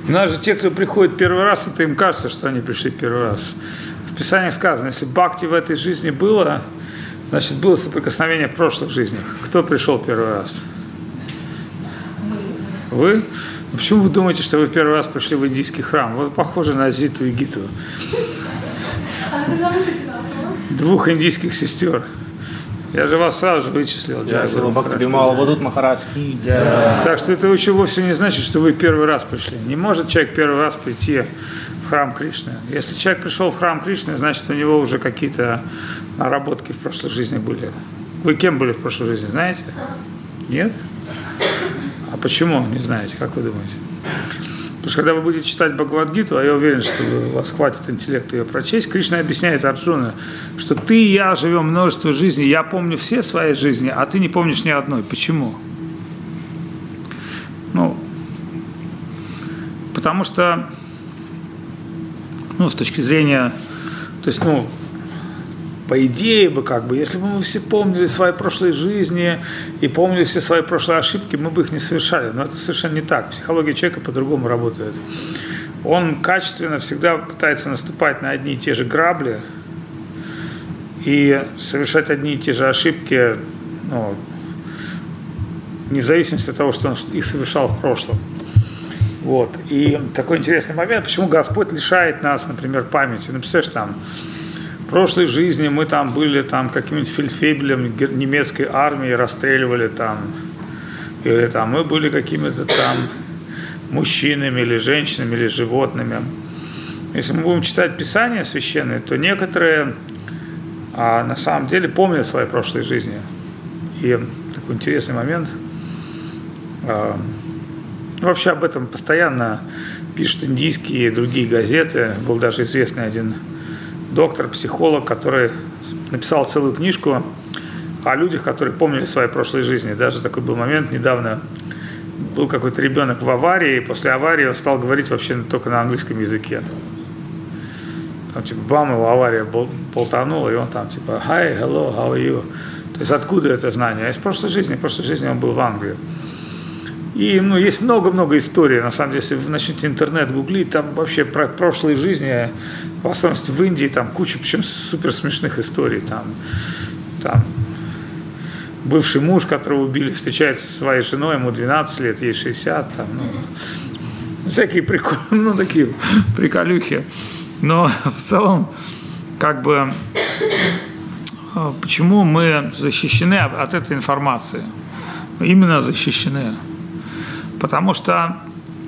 У нас же те, кто приходит первый раз, это им кажется, что они пришли первый раз. В Писании сказано, если бхакти в этой жизни было, значит, было соприкосновение в прошлых жизнях. Кто пришел первый раз? Вы? Почему вы думаете, что вы первый раз пришли в индийский храм? Вы похожи на Зиту и Гиту. Двух индийских сестер. Я же вас сразу же вычислил. Так что это еще вовсе не значит, что вы первый раз пришли. Не может человек первый раз прийти в храм Кришны. Если человек пришел в храм Кришны, значит, у него уже какие-то наработки в прошлой жизни были. Вы кем были в прошлой жизни, знаете? Нет? А почему не знаете, как вы думаете? Потому что когда вы будете читать Бхагавад-гиту, а я уверен, что у вас хватит интеллекта ее прочесть, Кришна объясняет Арджуна, что ты и я живем множество жизней, я помню все свои жизни, а ты не помнишь ни одной. Почему? Потому что, с точки зрения, то есть, по идее бы, если бы мы все помнили свои прошлые жизни и помнили все свои прошлые ошибки, мы бы их не совершали. Но это совершенно не так. Психология человека по-другому работает. Он качественно всегда пытается наступать на одни и те же грабли и совершать одни и те же ошибки, не в зависимости от того, что он их совершал в прошлом. Вот. И такой интересный момент, почему Господь лишает нас, например, памяти. Представляешь, в прошлой жизни мы были каким-нибудь фельдфебелем немецкой армии, расстреливали или мы были какими-то мужчинами или женщинами или животными. Если мы будем читать Писания священные, то некоторые на самом деле помнят свои прошлые жизни. И такой интересный момент. Вообще об этом постоянно пишут индийские и другие газеты. Был даже известный один доктор, психолог, который написал целую книжку о людях, которые помнили свои прошлые жизни. Даже такой был момент недавно. Был какой-то ребенок в аварии, и после аварии он стал говорить вообще только на английском языке. Бам, его авария болтанула, и он hi, hello, how are you? То есть откуда это знание? Из прошлой жизни. В прошлой жизни он был в Англии. И есть много-много историй. На самом деле, если вы начнете интернет гуглить, там вообще про прошлые жизни, в особенности в Индии, куча, причем супер смешных историй. Там бывший муж, которого убили, встречается со своей женой, ему 12 лет, ей 60. Всякие такие приколюхи. Но в целом, почему мы защищены от этой информации? Именно защищены. Потому что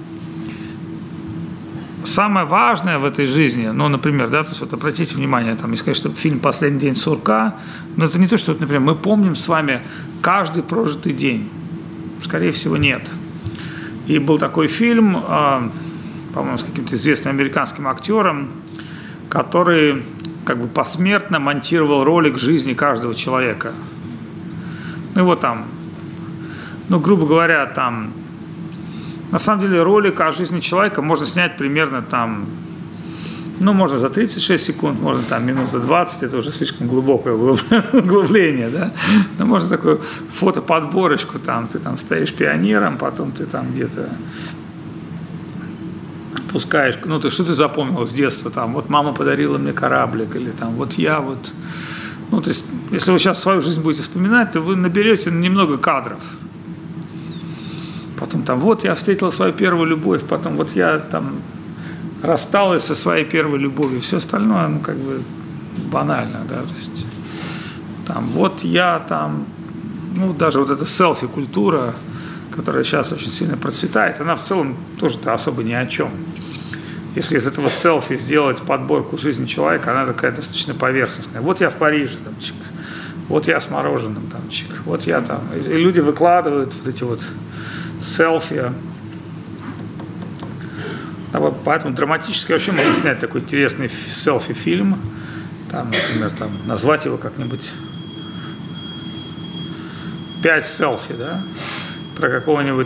самое важное в этой жизни, например, то есть обратите внимание, если сказать, что фильм «Последний день сурка», но это не то, что, например, мы помним с вами каждый прожитый день. Скорее всего, нет. И был такой фильм, по-моему, с каким-то известным американским актером, который посмертно монтировал ролик жизни каждого человека. Грубо говоря, на самом деле ролик о жизни человека можно снять примерно можно за 36 секунд, можно минут за 20, это уже слишком глубокое углубление, да? Но можно такую фотоподборочку, ты стоишь пионером, потом ты где-то пускаешь, что ты запомнил с детства, мама подарила мне кораблик, или то есть, если вы сейчас свою жизнь будете вспоминать, то вы наберете немного кадров. Потом я встретила свою первую любовь, потом я рассталась со своей первой любовью. Все остальное, банально, да, то есть даже эта селфи-культура, которая сейчас очень сильно процветает, она в целом тоже-то особо ни о чем. Если из этого селфи сделать подборку жизни человека, она такая достаточно поверхностная. Я в Париже, я с мороженым, я И люди выкладывают эти селфи. Поэтому драматически вообще можно снять такой интересный селфи-фильм. Например, назвать его как-нибудь 5 селфи, да? Про какого-нибудь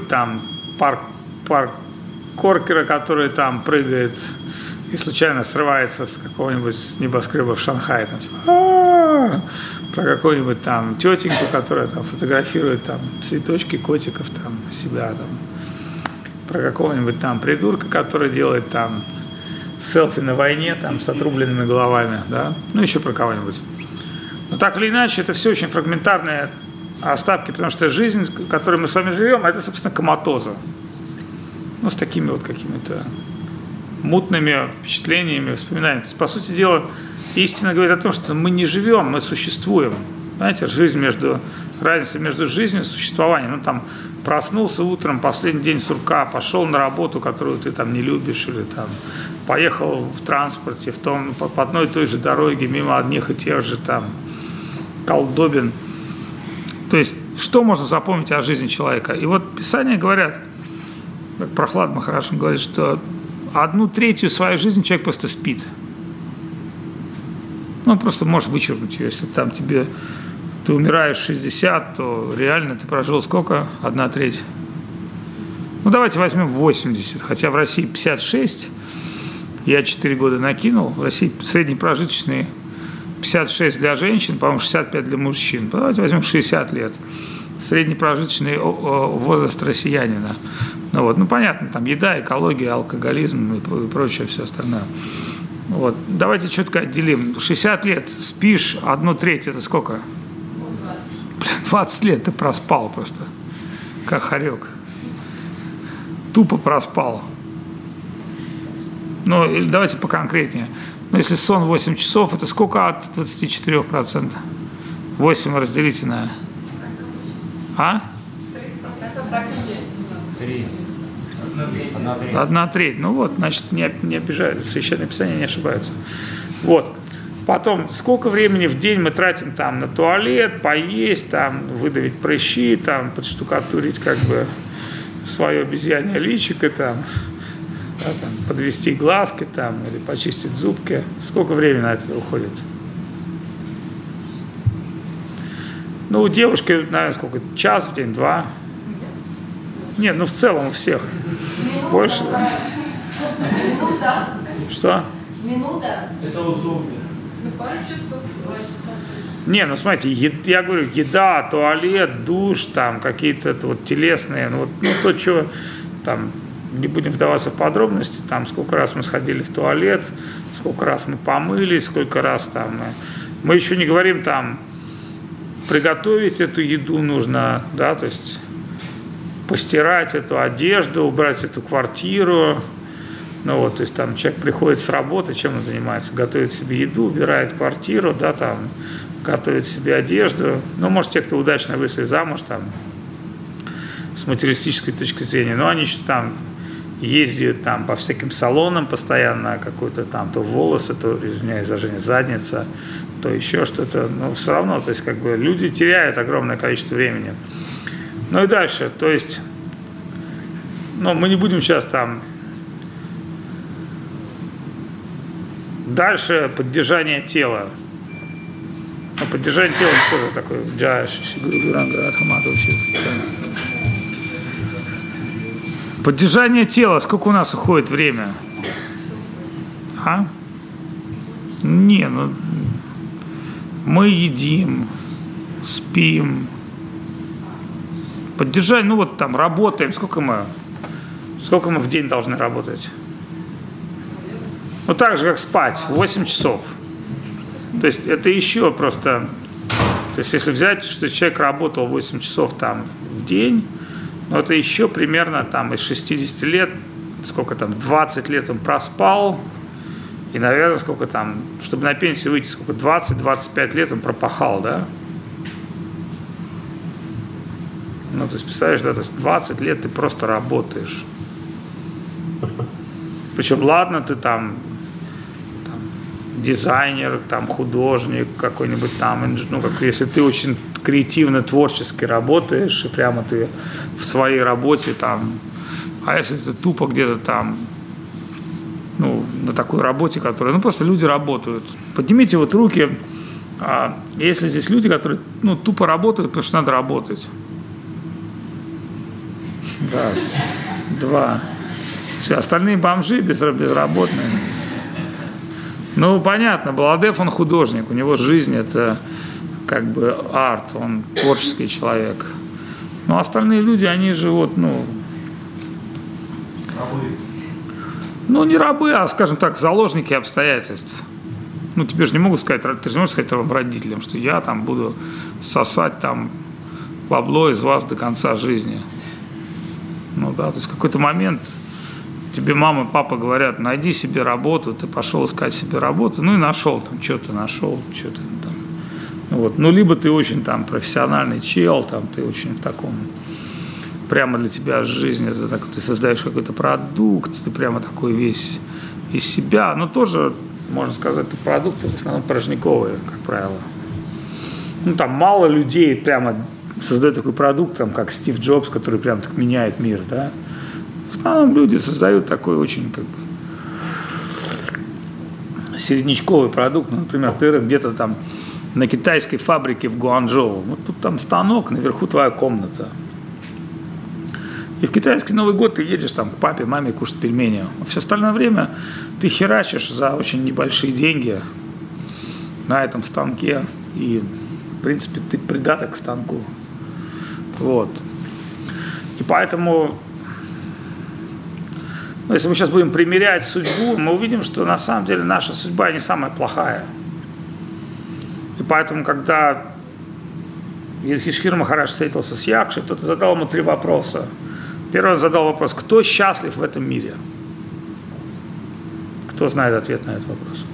паркоркера, который прыгает и случайно срывается с какого-нибудь небоскреба в Шанхае. Про какую-нибудь тетеньку, которая фотографирует цветочки, котиков, себя. про какого-нибудь там придурка, который делает там селфи на войне, там, с отрубленными головами, да, ну, еще про кого-нибудь. Но так или иначе, это все очень фрагментарные остатки, потому что жизнь, в которой мы с вами живем, это, собственно, коматоза. Ну, с такими вот какими-то мутными впечатлениями, воспоминаниями. То есть, по сути дела, истина говорит о том, что мы не живем, мы существуем. Знаете, разница между жизнью и существованием. Ну, там, проснулся утром, последний день сурка, пошел на работу, которую ты там не любишь, или там поехал в транспорте, по одной и той же дороге, мимо одних и тех же там колдобин. То есть, что можно запомнить о жизни человека? И вот Писания говорят, как Прохлад Махарадж говорит, что 1/3 своей жизни человек просто спит. Ну, просто можешь вычеркнуть ее. Если там ты умираешь в 60, то реально ты прожил сколько? 1/3. Ну, давайте возьмем 80, хотя в России 56, я 4 года накинул, в России средний прожиточный 56 для женщин, по-моему, 65 для мужчин. Давайте возьмем 60 лет. Средний прожиточный возраст россиянина. Ну, вот, ну, понятно, там еда, экология, алкоголизм и прочее, все остальное. Вот. Давайте четко отделим. 60 лет спишь, 1/3, это сколько? 20 лет ты проспал просто, как хорек. Тупо проспал. Ну, или давайте поконкретнее. Ну, если сон 8 часов, это сколько от 24%? 8 разделите на... А? 30% так и есть. 3. 1/3. Ну вот, значит, не обижают. Священное Писание не ошибается. Вот. Потом, сколько времени в день мы тратим там на туалет, поесть, там, выдавить прыщи, там, подштукатурить как бы свое обезьянье личико, там, да, там, подвести глазки там, или почистить зубки. Сколько времени на это уходит? Ну, у девушки, наверное, сколько? Час в день, 2? Нет, ну в целом у всех. Минута. Больше, да? Минута. Что? Минута. Это у зомби. Ну, пару часов, 2 часа. Не, ну смотрите, я говорю, еда, туалет, душ, там какие-то вот телесные, ну, вот, ну то, что там, не будем вдаваться в подробности, там сколько раз мы сходили в туалет, сколько раз мы помылись, сколько раз там мы еще не говорим там, приготовить эту еду нужно, да, то есть постирать эту одежду, убрать эту квартиру. Ну вот, то есть там человек приходит с работы, чем он занимается? Готовит себе еду, убирает квартиру, да, там, готовит себе одежду. Ну, может, те, кто удачно вышли замуж, там, с материалистической точки зрения, но они еще там ездят там по всяким салонам постоянно, какой-то там, то волосы, то, извиняюсь за Женю, задница, то еще что-то. Но все равно, то есть как бы люди теряют огромное количество времени. Ну и дальше, то есть, ну, мы не будем сейчас там. Дальше поддержание тела. Но поддержание тела тоже такой поддержание тела, сколько у нас уходит время? А? Не, ну мы едим, спим. Поддержание, ну вот там работаем, сколько мы в день должны работать? Ну так же, как спать, 8 часов. То есть это еще просто, то есть если взять, что человек работал 8 часов там в день, ну это еще примерно там из 60 лет, сколько там, 20 лет он проспал, и, наверное, сколько там, чтобы на пенсию выйти, сколько, 20-25 лет он пропахал, да? Ну, то есть, представляешь, да, то есть 20 лет ты просто работаешь. Причем, ладно, ты там дизайнер, там, художник какой-нибудь там, ну, как если ты очень креативно, творчески работаешь, и прямо ты в своей работе там, а если ты тупо где-то там, ну, на такой работе, которая, ну, просто люди работают. Поднимите вот руки, если здесь люди, которые, ну, тупо работают, потому что надо работать. Раз, два. Все, остальные бомжи безработные. Ну, понятно, Баладев, он художник, у него жизнь – это как бы арт, он творческий человек. Но остальные люди, они живут, ну, Рабы. Ну, не рабы, а, скажем так, заложники обстоятельств. Ну, тебе же не могут сказать, ты же не можешь сказать твоим родителям, что я там буду сосать там бабло из вас до конца жизни. Ну да, то есть в какой-то момент тебе мама, папа говорят, найди себе работу, ты пошел искать себе работу, ну и нашел, там, что-то нашел, что-то там. Ну, вот. Ну, либо ты очень там профессиональный чел, там, ты очень в таком, прямо для тебя жизнь, это так, ты создаешь какой-то продукт, ты прямо такой весь из себя, но тоже, можно сказать, продукты в основном порожниковые, как правило. Ну, там мало людей прямо создают такой продукт, там, как Стив Джобс, который прям так меняет мир, да. В основном люди создают такой очень, как бы, середнячковый продукт. Ну, например, ты где-то там на китайской фабрике в Гуанчжоу. Вот тут там станок, наверху твоя комната. И в китайский Новый год ты едешь там к папе, маме кушать пельмени. А все остальное время ты херачишь за очень небольшие деньги на этом станке. И, в принципе, ты придаток к станку. Вот. И поэтому, ну, если мы сейчас будем примерять судьбу, мы увидим, что на самом деле наша судьба не самая плохая. И поэтому, когда Юдхиштхир Махарадж встретился с Якшей, тот задал ему 3 вопроса. Первый он задал вопрос, кто счастлив в этом мире? Кто знает ответ на этот вопрос?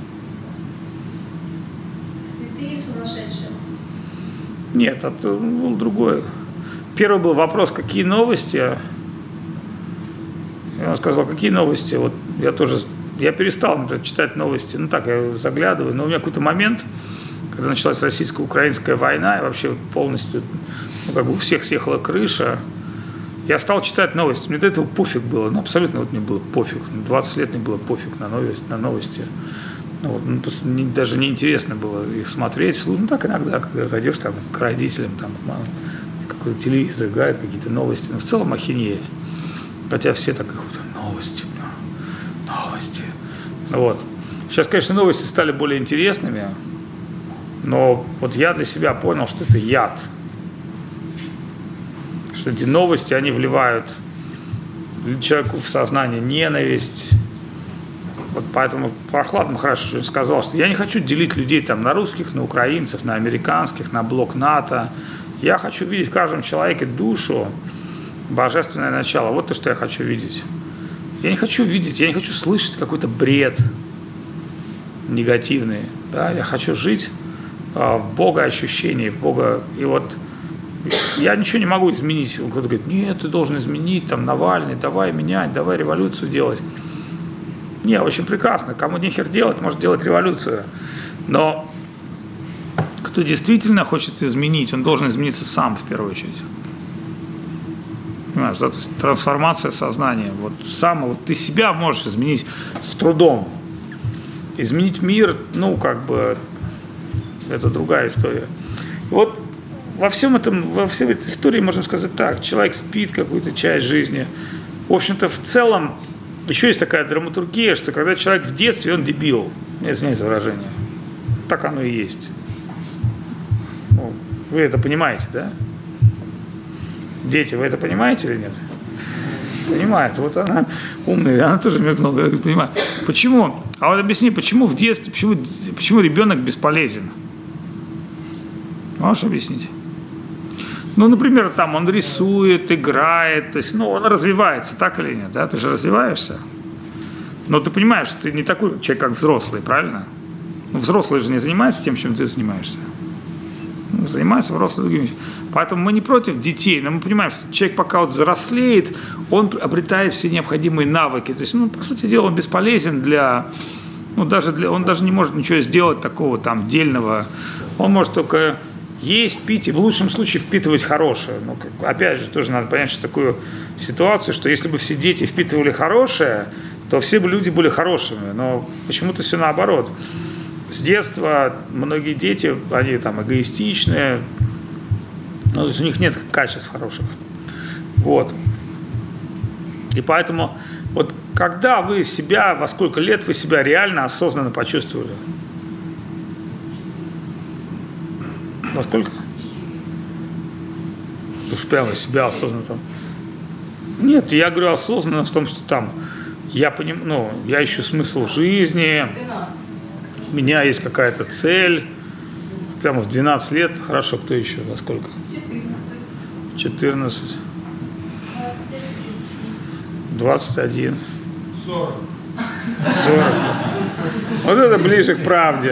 Святые и сумасшедшие. Нет, это был другой. Первый был вопрос, какие новости? И он сказал, какие новости? Вот я перестал, например, читать новости. Ну так, я заглядываю. Но у меня какой-то момент, когда началась российско-украинская война, и вообще полностью, ну, как бы у всех съехала крыша, я стал читать новости. Мне до этого пофиг было. Ну, абсолютно вот мне было пофиг. 20 лет мне было пофиг на новости. Ну, вот, даже неинтересно было их смотреть. Ну, так иногда, когда зайдешь там к родителям, там, какой-то телевизор играет, какие-то новости. Но в целом ахинея. Хотя все так вот, новости. Вот. Сейчас, конечно, новости стали более интересными, но вот я для себя понял, что это яд. Что эти новости, они вливают человеку в сознание ненависть. Вот поэтому Прохлад Махарадж сказал, что я не хочу делить людей там на русских, на украинцев, на американских, на блок НАТО. Я хочу видеть в каждом человеке душу, божественное начало. Вот то, что я хочу видеть. Я не хочу слышать какой-то бред негативный. Да? Я хочу жить в богоощущении, в Бога. И вот я ничего не могу изменить. Кто-то говорит, нет, ты должен изменить, там, Навальный, давай менять, давай революцию делать. Не, очень прекрасно. Кому нехер делать, может делать революцию. Но кто действительно хочет изменить, он должен измениться сам в первую очередь. Понимаешь, да? То есть трансформация сознания. Вот ты себя можешь изменить с трудом. Изменить мир, ну, как бы, это другая история. Вот во всей этой истории можно сказать так. Человек спит какую-то часть жизни. В общем-то, в целом, еще есть такая драматургия, что когда человек в детстве, он дебил. Извиняюсь за выражение. Так оно и есть. Ну, вы это понимаете, да? Дети, вы это понимаете или нет? Понимает. Вот она умная, она тоже мелькнула, говорит, понимает. Почему? А вот объясни, почему в детстве, почему ребенок бесполезен? Можешь объяснить? Ну, например, там он рисует, играет, то есть, ну, он развивается, так или нет, да? Ты же развиваешься. Но ты понимаешь, что ты не такой человек, как взрослый, правильно? Ну, взрослые же не занимаются тем, чем ты занимаешься. Ну, занимаются взрослые другими вещами. Поэтому мы не против детей, но мы понимаем, что человек, пока вот взрослеет, он обретает все необходимые навыки. То есть, ну, по сути дела, он бесполезен он даже не может ничего сделать такого там дельного. Он может только есть, пить и в лучшем случае впитывать хорошее. Ну, опять же, тоже надо понять, что такую ситуацию, что если бы все дети впитывали хорошее, то все бы люди были хорошими. Но почему-то все наоборот. С детства многие дети, они там эгоистичные, но у них нет качеств хороших. Вот. И поэтому, вот когда вы себя, во сколько лет вы себя реально осознанно почувствовали? Во сколько? Уж прямо себя осознанно там. Нет, я говорю осознанно в том, что там я понимаю, ну, я ищу смысл жизни, у меня есть какая-то цель. Прямо в 12 лет, хорошо, кто еще, во сколько? 14. 21. 40. 40. Вот это ближе к правде.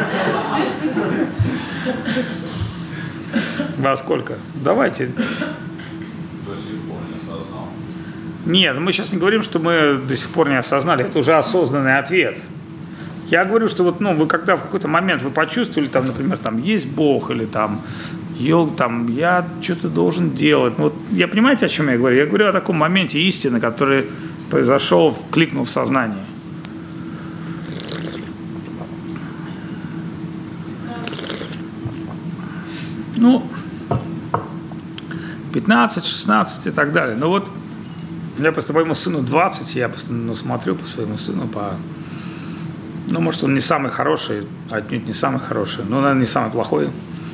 Во сколько? Давайте. До сих пор не осознал. Нет, мы сейчас не говорим, что мы до сих пор не осознали. Это уже осознанный ответ. Я говорю, что вот, ну, вы когда в какой-то момент вы почувствовали, там, например, там есть Бог или там, я что-то должен делать. Ну, вот, я понимаете, о чем я говорю? Я говорю о таком моменте истины, который произошел, кликнул в сознание. Ну, 15, 16 и так далее. Но вот я просто моему сыну 20, я просто смотрю по своему сыну, ну, может, он не самый хороший, отнюдь не самый хороший, но, наверное, не самый плохой.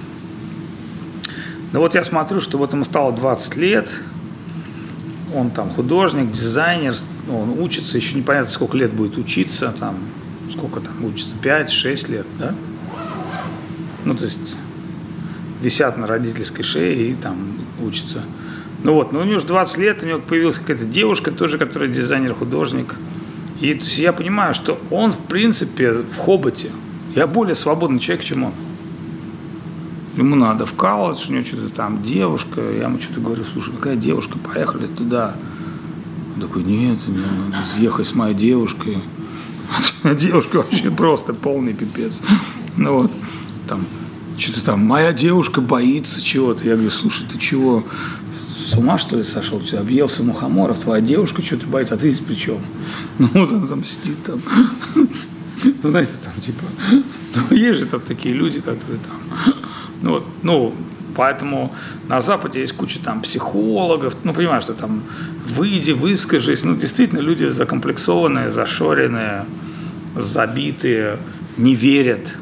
Но вот я смотрю, что вот ему стало 20 лет, он там художник, дизайнер, ну, он учится, еще непонятно, сколько лет будет учиться, там, сколько там учится, 5-6 лет, да? Ну, то есть висят на родительской шее и там учатся. Ну вот, но у него уже 20 лет, у него появилась какая-то девушка тоже, которая дизайнер, художник. И то есть я понимаю, что он, в принципе, в Хоботе. Я более свободный человек, чем он. Ему надо в колледж, у него что-то там девушка. Я ему что-то говорю, слушай, какая девушка, поехали туда. Он такой, нет, мне надо съехать с моей девушкой. Девушка вообще просто полный пипец. Ну вот, там, что-то там, моя девушка боится чего-то. Я говорю, слушай, ты чего, с ума, что ли, сошел? Ты объелся мухоморов, твоя девушка что-то боится, а ты здесь при чем? Ну, вот он там сидит, там, ну, знаете, там, типа, ну, есть же там такие люди, которые там, ну, вот, ну, поэтому на Западе есть куча там психологов, ну, понимаешь, что там, выйди, выскажись, ну, действительно, люди закомплексованные, зашоренные, забитые, не верят.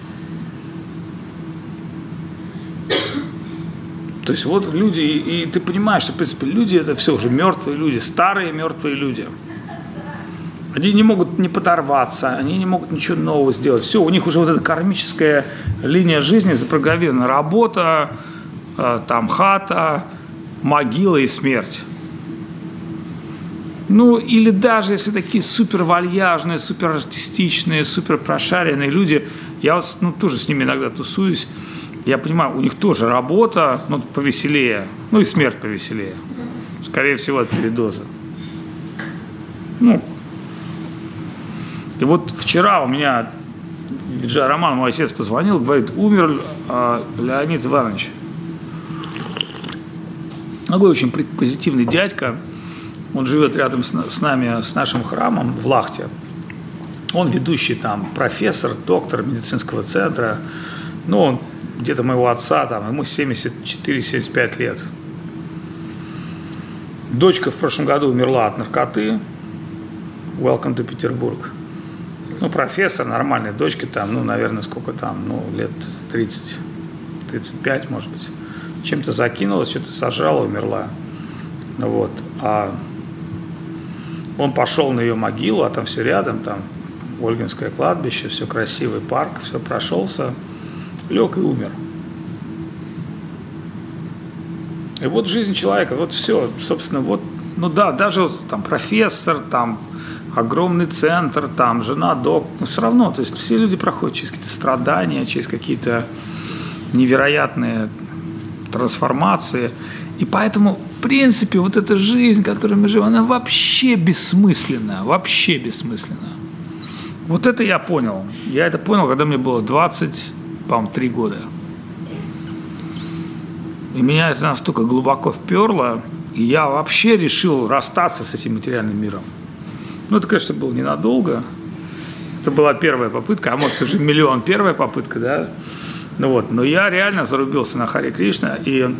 То есть вот люди, и ты понимаешь, что, в принципе, люди это все уже мертвые люди, старые мертвые люди. Они не могут не подорваться, они не могут ничего нового сделать. Все, у них уже вот эта кармическая линия жизни запрограммирована. Работа, там хата, могила и смерть. Ну, или даже если такие супер вальяжные, супер артистичные, супер прошаренные люди, я вот, ну, тоже с ними иногда тусуюсь, я понимаю, у них тоже работа, ну, повеселее, ну, и смерть повеселее. Скорее всего, от передоза. Ну, и вот вчера у меня Виджай Роман, мой отец, позвонил, говорит, умер Леонид Иванович. Такой очень позитивный дядька, он живет рядом с нами, с нашим храмом в Лахте. Он ведущий там профессор, доктор медицинского центра, ну, он где-то моего отца, там, ему 74-75 лет. Дочка в прошлом году умерла от наркоты. Welcome to Петербург. Ну, профессор, нормальной дочке там, ну, наверное, сколько там, ну, лет 30, 35, может быть. Чем-то закинулась, что-то сожрала, умерла. Ну, вот. А он пошел на ее могилу, а там все рядом, там Ольгинское кладбище, все красивый парк, все прошелся. Лег и умер. И вот жизнь человека, вот все, собственно, вот, ну да, даже вот там профессор, там огромный центр, там жена, док, но все равно, то есть все люди проходят через какие-то страдания, через какие-то невероятные трансформации, и поэтому, в принципе, вот эта жизнь, которой мы живем, она вообще бессмысленна, вообще бессмысленна. Вот это я понял. Я это понял, когда мне было 20, по-моему, 3 года. И меня это настолько глубоко вперло, и я вообще решил расстаться с этим материальным миром. Ну, это, конечно, было ненадолго. Это была первая попытка, а может, уже миллион первая попытка, да? Ну вот, но я реально зарубился на Харе Кришна, и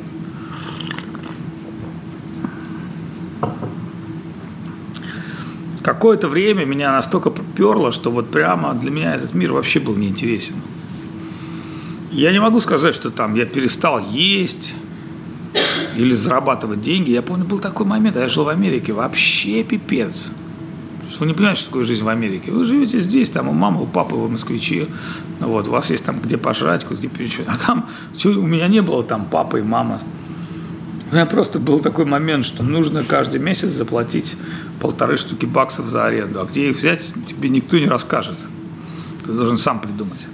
какое-то время меня настолько поперло, что вот прямо для меня этот мир вообще был неинтересен. Я не могу сказать, что там я перестал есть, или зарабатывать деньги. Я помню, был такой момент, я жил в Америке, вообще пипец. Вы не понимаете, что такое жизнь в Америке. Вы живете здесь, там у мамы, у папы, вы москвичи, вот, у вас есть там где пожрать, где перечить. А там у меня не было там папы и мамы. У меня просто был такой момент, что нужно каждый месяц заплатить 1,5 штуки баксов за аренду. А где их взять, тебе никто не расскажет. Ты должен сам придумать.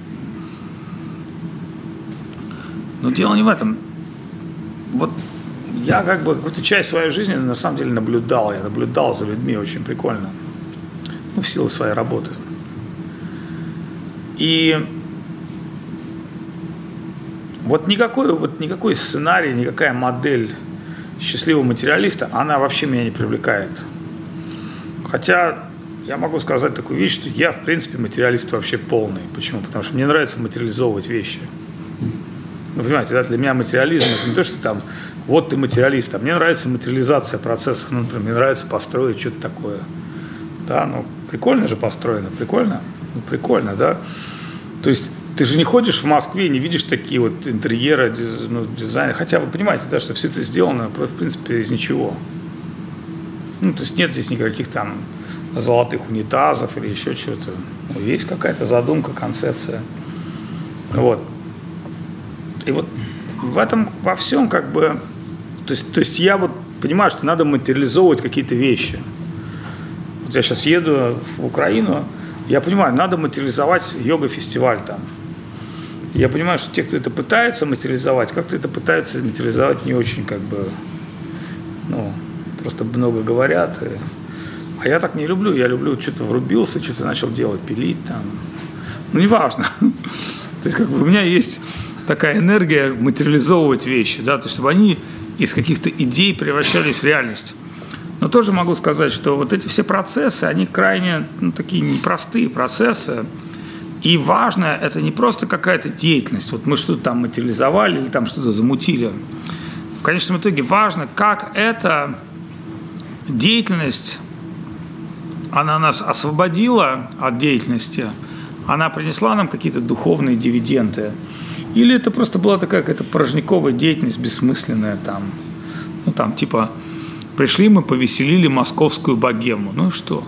Но дело не в этом. Вот я как бы какую-то часть своей жизни на самом деле наблюдал. Я наблюдал за людьми очень прикольно. Ну, в силу своей работы. И вот никакой сценарий, никакая модель счастливого материалиста, она вообще меня не привлекает. Хотя я могу сказать такую вещь, что я, в принципе, материалист вообще полный. Почему? Потому что мне нравится материализовывать вещи. Ну, понимаете, да, для меня материализм – это не то, что там, вот ты материалист, а мне нравится материализация процессов. Ну, например, мне нравится построить что-то такое. Да, ну, прикольно же построено, прикольно? Ну, прикольно, да? То есть ты же не ходишь в Москве и не видишь такие вот интерьеры, дизайны. Хотя вы понимаете, да, что все это сделано, в принципе, из ничего. Ну, то есть нет здесь никаких там золотых унитазов или еще чего-то. Ну, есть какая-то задумка, концепция. Вот. И вот в этом во всем как бы... То есть я вот понимаю, что надо материализовывать какие-то вещи. Вот я сейчас еду в Украину, я понимаю, надо материализовать йога-фестиваль там. Я понимаю, что те, кто это пытается материализовать, как-то это пытаются материализовать не очень как бы, ну, просто много говорят. А я так не люблю, я люблю, что-то врубился, что-то начал делать, пилить там. Ну, неважно. То есть как бы у меня есть такая энергия материализовывать вещи, да, то есть чтобы они из каких-то идей превращались в реальность. Но тоже могу сказать, что вот эти все процессы, они крайне, ну, такие непростые процессы. И важное – это не просто какая-то деятельность. Вот мы что-то там материализовали или там что-то замутили. В конечном итоге важно, как эта деятельность, она нас освободила от деятельности, она принесла нам какие-то духовные дивиденды. Или это просто была такая какая-то порожниковая деятельность, бессмысленная там. Ну там типа пришли мы, повеселили московскую богему. Ну и что?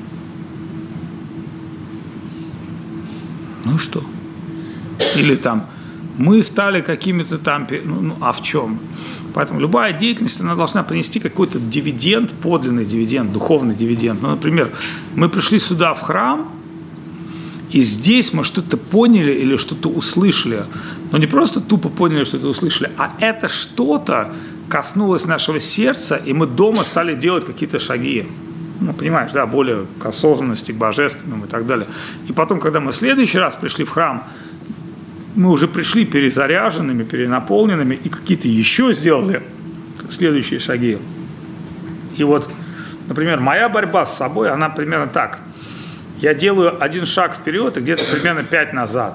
Ну и что? Или там мы стали какими-то там... Ну, а в чем? Поэтому любая деятельность, она должна принести какой-то дивиденд, подлинный дивиденд, духовный дивиденд. Ну, например, мы пришли сюда в храм, и здесь мы что-то поняли или что-то услышали. Но не просто тупо поняли, что-то услышали, а это что-то коснулось нашего сердца, и мы дома стали делать какие-то шаги. Ну, понимаешь, да, более к осознанности, к божественному и так далее. И потом, когда мы в следующий раз пришли в храм, мы уже пришли перезаряженными, перенаполненными, и какие-то еще сделали следующие шаги. И вот, например, моя борьба с собой, она примерно так. Я делаю один шаг вперед и где-то примерно 5 назад.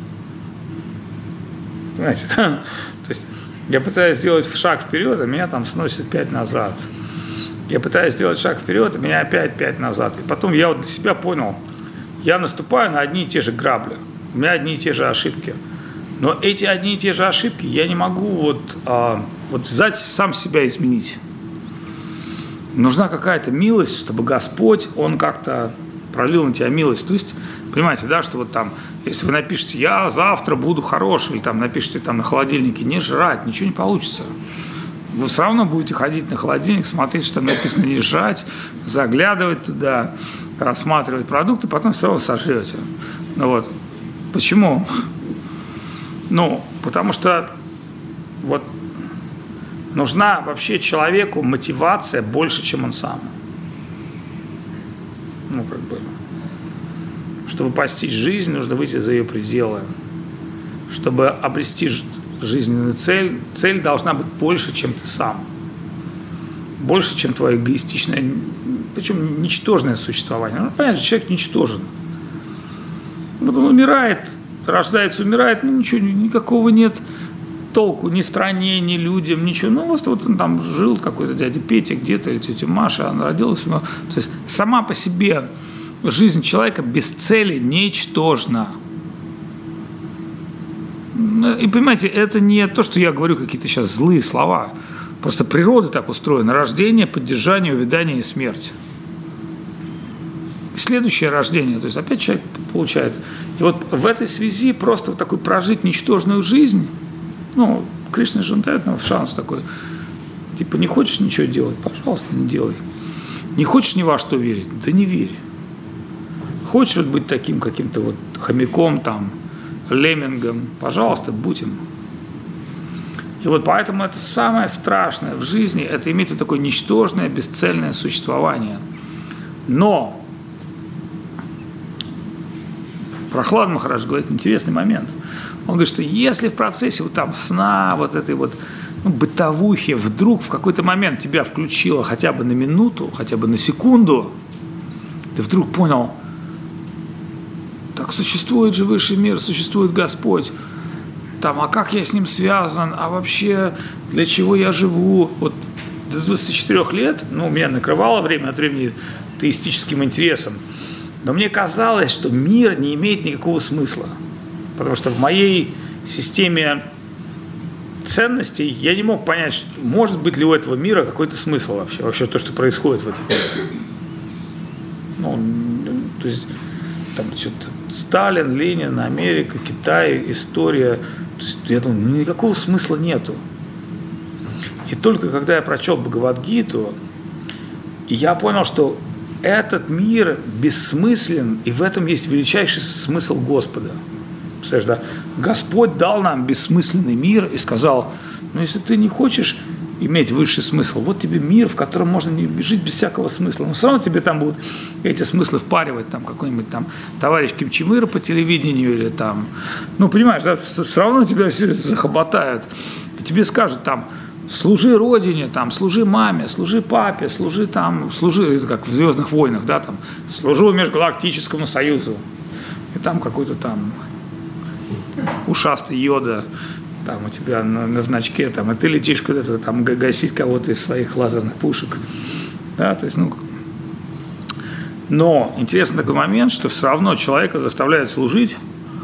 Понимаете, да? То есть я пытаюсь сделать шаг вперед, а меня там сносит 5 назад. Я пытаюсь сделать шаг вперед, а меня опять 5 назад. И потом я вот для себя понял, я наступаю на одни и те же грабли. У меня одни и те же ошибки. Но эти одни и те же ошибки я не могу вот взять сам себя изменить. Нужна какая-то милость, чтобы Господь, Он как-то пролил на тебя милость. То есть, понимаете, да, что вот там, если вы напишете, я завтра буду хороший, или там напишите там на холодильнике, не жрать, ничего не получится. Вы все равно будете ходить на холодильник, смотреть, что там написано не жрать, заглядывать туда, рассматривать продукты, потом все равно сожрете. Ну вот. Почему? Ну, потому что вот нужна вообще человеку мотивация больше, чем он сам. Ну, как бы. Чтобы постичь жизнь, нужно выйти за ее пределы. Чтобы обрести жизненную цель, цель должна быть больше, чем ты сам. Больше, чем твое эгоистичное, причем ничтожное существование. Ну, понятно, человек ничтожен. Вот он умирает, рождается, умирает, ну ничего, никакого нет толку ни стране, ни людям, ничего. Ну, вот он там жил, какой-то дядя Петя где-то, или тетя Маша, она родилась. То есть сама по себе жизнь человека без цели ничтожна. И понимаете, это не то, что я говорю какие-то сейчас злые слова. Просто природа так устроена. Рождение, поддержание, увядание и смерть. И следующее рождение. То есть опять человек получает. И вот в этой связи просто вот такой прожить ничтожную жизнь, ну, Кришна же дает нам шанс такой. Типа, не хочешь ничего делать, пожалуйста, не делай. Не хочешь ни во что верить, да не верь. Хочешь вот быть таким каким-то вот хомяком, там, леммингом, пожалуйста, будь им. И вот поэтому это самое страшное в жизни, это иметь вот такое ничтожное, бесцельное существование. Но Прохлад Махарадж говорит интересный момент. Он говорит, что если в процессе вот там сна, вот этой вот бытовухи вдруг в какой-то момент тебя включило хотя бы на минуту, хотя бы на секунду, ты вдруг понял, так существует же высший мир, существует Господь, там, а как я с ним связан, а вообще для чего я живу? Вот до 24 лет, ну, меня накрывало время от времени теистическим интересом, но мне казалось, что мир не имеет никакого смысла, потому что в моей системе ценностей я не мог понять, может быть ли у этого мира какой-то смысл вообще то, что происходит в этом мире. Ну, то есть там что-то Сталин, Ленин, Америка, Китай, история. То есть, я думаю, никакого смысла нету. И только когда я прочел Бхагавад-гиту, и я понял, что этот мир бессмыслен, и в этом есть величайший смысл Господа. Представляешь, да? Господь дал нам бессмысленный мир и сказал, ну если ты не хочешь иметь высший смысл, вот тебе мир, в котором можно жить без всякого смысла. Но все равно тебе там будут эти смыслы впаривать, там какой-нибудь там товарищ Ким Чен Ир по телевидению или там, ну понимаешь, да, все равно тебя все захоботают. И тебе скажут там, служи родине, там, служи маме, служи папе, служи там, служи, как в «Звездных войнах», да, там, служу Межгалактическому Союзу. И там какой-то там ушастый Йода, там у тебя на значке, там, и ты летишь куда-то там гасить кого-то из своих лазерных пушек. Да, то есть, ну, но интересный такой момент, что все равно человека заставляет служить.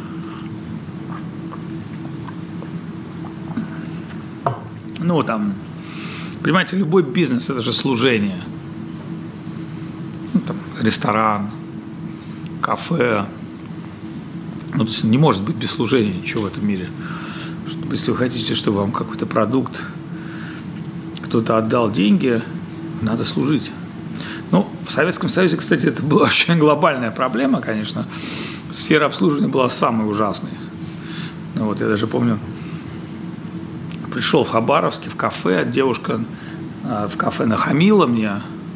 Ну, там, понимаете, любой бизнес – это же служение. Ну, там, ресторан, кафе. Ну, то есть не может быть без служения ничего в этом мире. Чтобы, если вы хотите, чтобы вам какой-то продукт кто-то отдал деньги, надо служить. Ну, в Советском Союзе, кстати, это была очень глобальная проблема, конечно. Сфера обслуживания была самой ужасной. Ну, вот я даже помню, пришел в Хабаровске в кафе, девушка в кафе нахамила мне,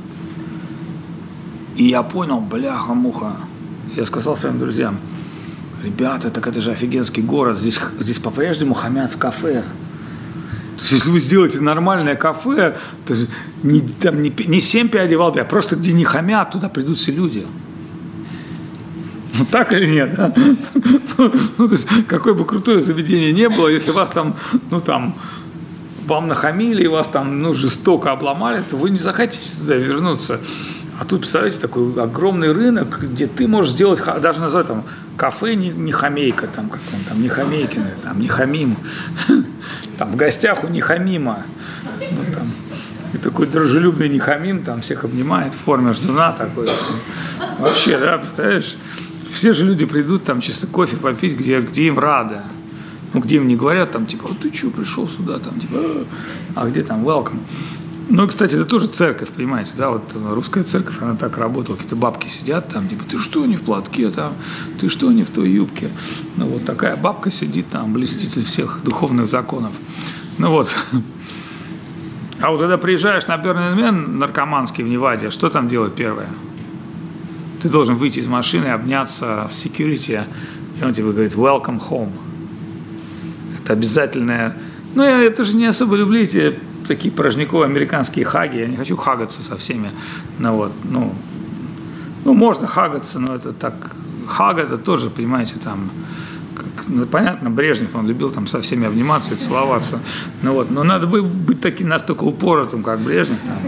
и я понял, бляха-муха. Я сказал своим друзьям, ребята, так это же офигенский город, здесь по-прежнему хамят в кафе. То есть, если вы сделаете нормальное кафе, то не 7 пядей во лбу, а просто где не хамят, туда придут все люди. Ну так или нет? Да? Ну, то есть, какое бы крутое заведение не было, если вас там, ну там, вам нахамили, и вас там, ну, жестоко обломали, то вы не захотите туда вернуться. А тут, представляете, такой огромный рынок, где ты можешь сделать, даже назвать там кафе не хамейка, там, как он, там, не хамейкины, там, не хамим, там, в гостях у Нехамима, ну, там, и такой дружелюбный Нехамим, там, всех обнимает в форме ждуна такой. Вообще, да, представляешь, все же люди придут там чисто кофе попить, где им рады. Ну, где им не говорят, там, типа, ты что, пришел сюда, там, типа, а где там, welcome. Ну, и, кстати, это тоже церковь, понимаете, да, вот русская церковь, она так работала, какие-то бабки сидят там, типа, ты что, не в платке там, ты что, не в той юбке. Ну, вот такая бабка сидит там, блюститель всех духовных законов. Ну, вот. А вот когда приезжаешь на Бернинг-мен наркоманский в Неваде, что там делать первое? Ты должен выйти из машины, обняться с security, и он тебе говорит welcome home. Это обязательное. Ну, я тоже не особо люблю эти такие порожниковые американские хаги. Я не хочу хагаться со всеми. Ну, вот, ну, можно хагаться, но это так. Хаг это тоже, понимаете, там, как, ну, понятно, Брежнев, он любил там со всеми обниматься и целоваться. Ну, вот, но надо быть таким настолько упоротым, как Брежнев, там,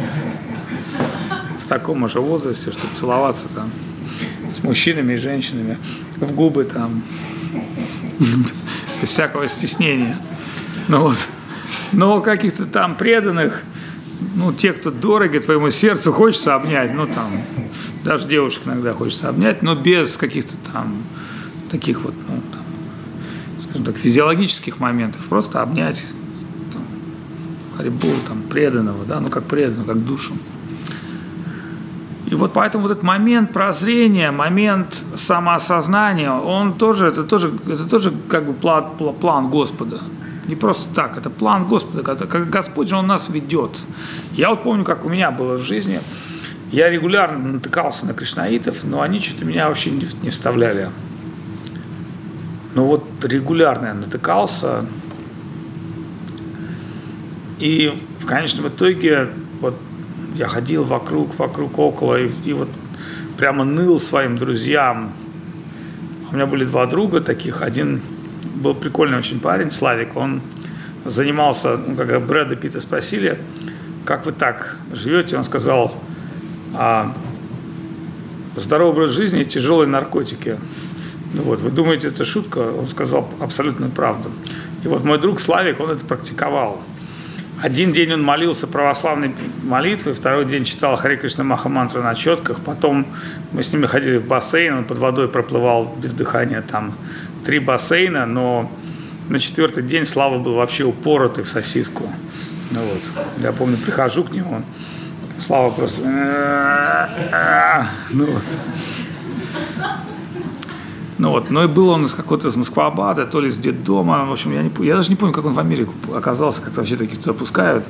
в таком же возрасте, чтобы целоваться там с мужчинами и женщинами в губы там без всякого стеснения. Ну вот. Но каких-то там преданных, ну, те, кто дороги твоему сердцу, хочется обнять, ну, там, даже девушек иногда хочется обнять, но без каких-то там таких вот, ну, там, скажем так, физиологических моментов, просто обнять там, Харибол, там, преданного, да, ну, как преданного, как душу. И вот поэтому вот этот момент прозрения, момент самоосознания, он тоже, это тоже как бы план Господа. Не просто так, это план Господа, как Господь же Он нас ведет. Я вот помню, как у меня было в жизни, я регулярно натыкался на кришнаитов, но они что-то меня вообще не вставляли. Но вот регулярно я натыкался, и в конечном итоге вот я ходил вокруг, около, и вот прямо ныл своим друзьям. У меня были два друга таких. Один был прикольный очень парень, Славик. Он занимался, ну, когда Брэда Питта спросили, как вы так живете, он сказал, здоровый образ жизни и тяжелые наркотики. Ну вот, вы думаете, это шутка? Он сказал абсолютную правду. И вот мой друг Славик, он это практиковал. Один день он молился православной молитвой, второй день читал Харе Кришна Маха-мантру на четках, потом мы с ними ходили в бассейн, он под водой проплывал без дыхания, там 3 бассейна, но на 4-й день Слава был вообще упоротый в сосиску. Ну вот, я помню, прихожу к нему, Слава просто... Ну вот, ну и был он какой-то из Москва-Абада, то ли из детдома, в общем, я даже не помню, как он в Америку оказался, как вообще таких туда пускают.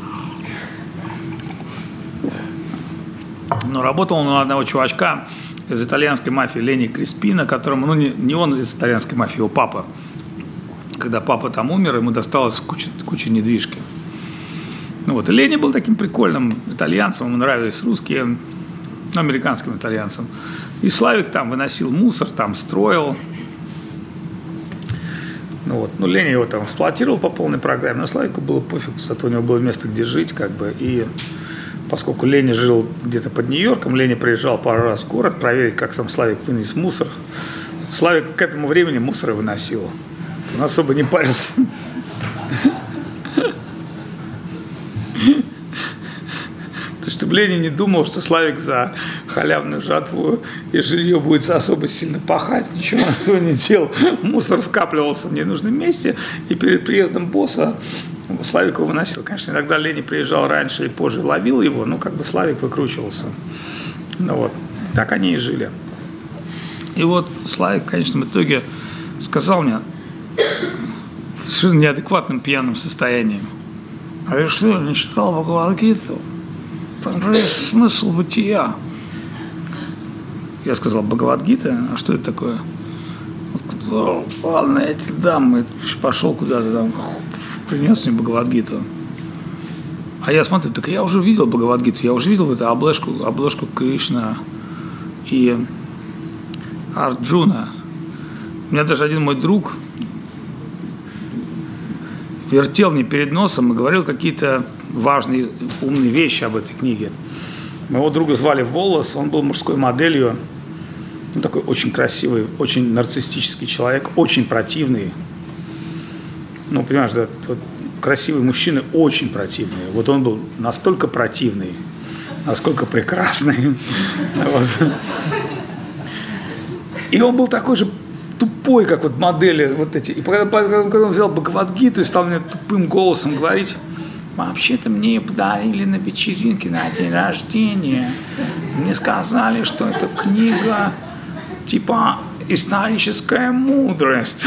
Но работал он у одного чувачка из итальянской мафии Лени Криспина, которому, ну не он из итальянской мафии, его папа. Когда папа там умер, ему досталось куча недвижки. Ну вот, и Лени был таким прикольным итальянцем, ему нравились русские, американским итальянцам. И Славик там выносил мусор, там строил. Ну вот, ну Леня его там эксплуатировал по полной программе, но Славику было пофиг, зато у него было место, где жить, как бы. И поскольку Леня жил где-то под Нью-Йорком, Леня приезжал пару раз в город проверить, как сам Славик вынес мусор. Славик к этому времени мусор и выносил. Он особо не парился. Чтобы Леня не думал, что Славик за халявную жатву и жилье будет особо сильно пахать, ничего он этого не делал. Мусор скапливался в ненужном месте, и перед приездом босса Славик его выносил. Конечно, иногда Леня приезжал раньше и позже ловил его, но как бы Славик выкручивался. Ну вот, так они и жили. И вот Славик в конечном итоге сказал мне в совершенно неадекватном пьяном состоянии: а я что, не читал Бхагавад-гиту? Там же есть смысл бытия. Я сказал: Бхагавад-гита? А что это такое? Он сказал: ладно, я тебе дам. И пошел куда-то там, принес мне Бхагавад-гиту. А я смотрю, так я уже видел Бхагавад-гиту, я уже видел эту обложку Кришна и Арджуна. У меня даже один мой друг вертел мне перед носом и говорил какие-то важные, умные вещи об этой книге. Моего друга звали Волос, он был мужской моделью, он такой очень красивый, очень нарциссический человек, очень противный. Ну, понимаешь, да, вот красивые мужчины очень противные. Вот он был настолько противный, насколько прекрасный. И он был такой же тупой, как вот модели вот эти. И когда он взял Бхагавад-гиту и стал мне тупым голосом говорить: вообще-то мне ее подарили на вечеринке на день рождения. Мне сказали, что это книга типа историческая мудрость.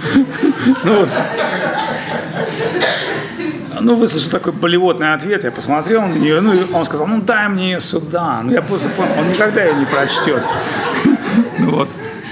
Ну, выслушал такой болевотный ответ, я посмотрел на нее, ну, он сказал: ну, дай мне ее сюда. Ну, я просто понял, он никогда ее не прочтет. Вот.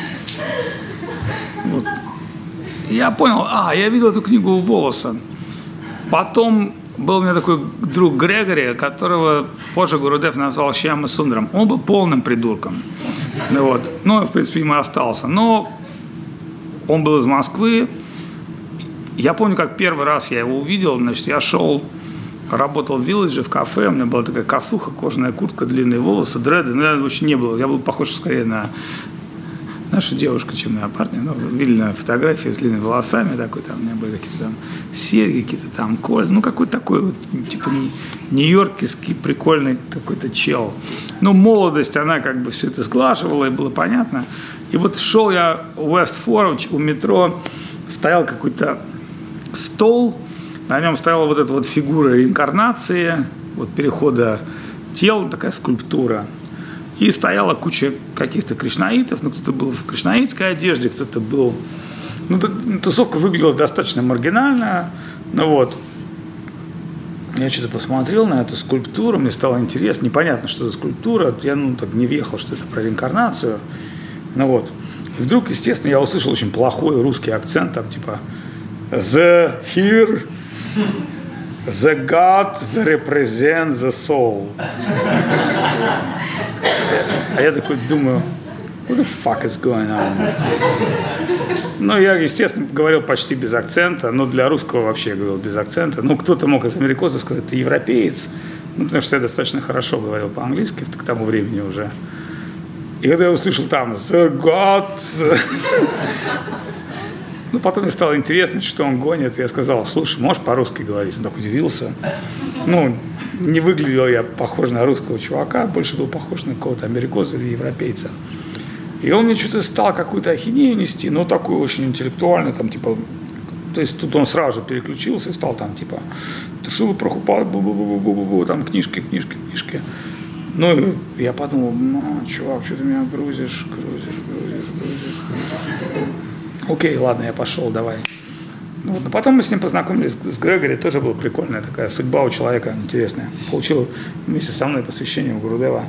Я понял, я видел эту книгу у Волоса. Потом был у меня такой друг Грегори, которого позже Гурудев назвал Шьяма Сундаром. Он был полным придурком. Вот. Ну, в принципе, им и остался. Но он был из Москвы. Я помню, как первый раз я его увидел. Значит, я шел, работал в Вилледже, в кафе. У меня была такая косуха, кожаная куртка, длинные волосы, дреды. Но я вообще не был. Я был похож скорее на наша девушка, чем моя парня, ну, видели на фотографии с длинными волосами, такой, там, у меня были какие-то там серьги, какие-то там кольца, ну, какой-то такой вот, типа, нью-йоркский прикольный какой-то чел. Ну, молодость, она как бы все это сглаживала, и было понятно. И вот шел я в Уэст-Форвич, у метро стоял какой-то стол, на нем стояла вот эта вот фигура реинкарнации, вот перехода тел, такая скульптура. И стояла куча каких-то кришнаитов, ну, кто-то был в кришнаитской одежде, кто-то был... Ну, тусовка выглядела достаточно маргинально, ну, вот. Я что-то посмотрел на эту скульптуру, мне стало интересно, непонятно, что за скульптура, я, ну, так не въехал, что это про реинкарнацию, ну, вот. И вдруг, естественно, я услышал очень плохой русский акцент, там, типа, the here, the God, the represent the soul. А я такой думаю, what the fuck is going on? Ну, я, естественно, говорил почти без акцента, но для русского вообще говорил без акцента. Ну, кто-то мог из американцев сказать, ты европеец, ну, потому что я достаточно хорошо говорил по-английски к тому времени уже. И когда я услышал там the God, ну, потом мне стало интересно, что он гонит. Я сказал, слушай, можешь по-русски говорить? Он так удивился. Ну, не выглядел я похож на русского чувака, больше был похож на какого-то американца или европейца. И он мне что-то стал какую-то ахинею нести, но такую очень интеллектуальную, там, типа, то есть тут он сразу же переключился и стал там, типа, Шила Прабхупада, бу-бу-бу-бу-бу-бу, там, книжки. Ну, и я подумал, ну, чувак, что ты меня грузишь. Окей, ладно, я пошел, давай. Ну, вот. Но потом мы с ним познакомились с Грегори, тоже была прикольная такая судьба у человека интересная. Получил вместе со мной посвящение у Гурудева.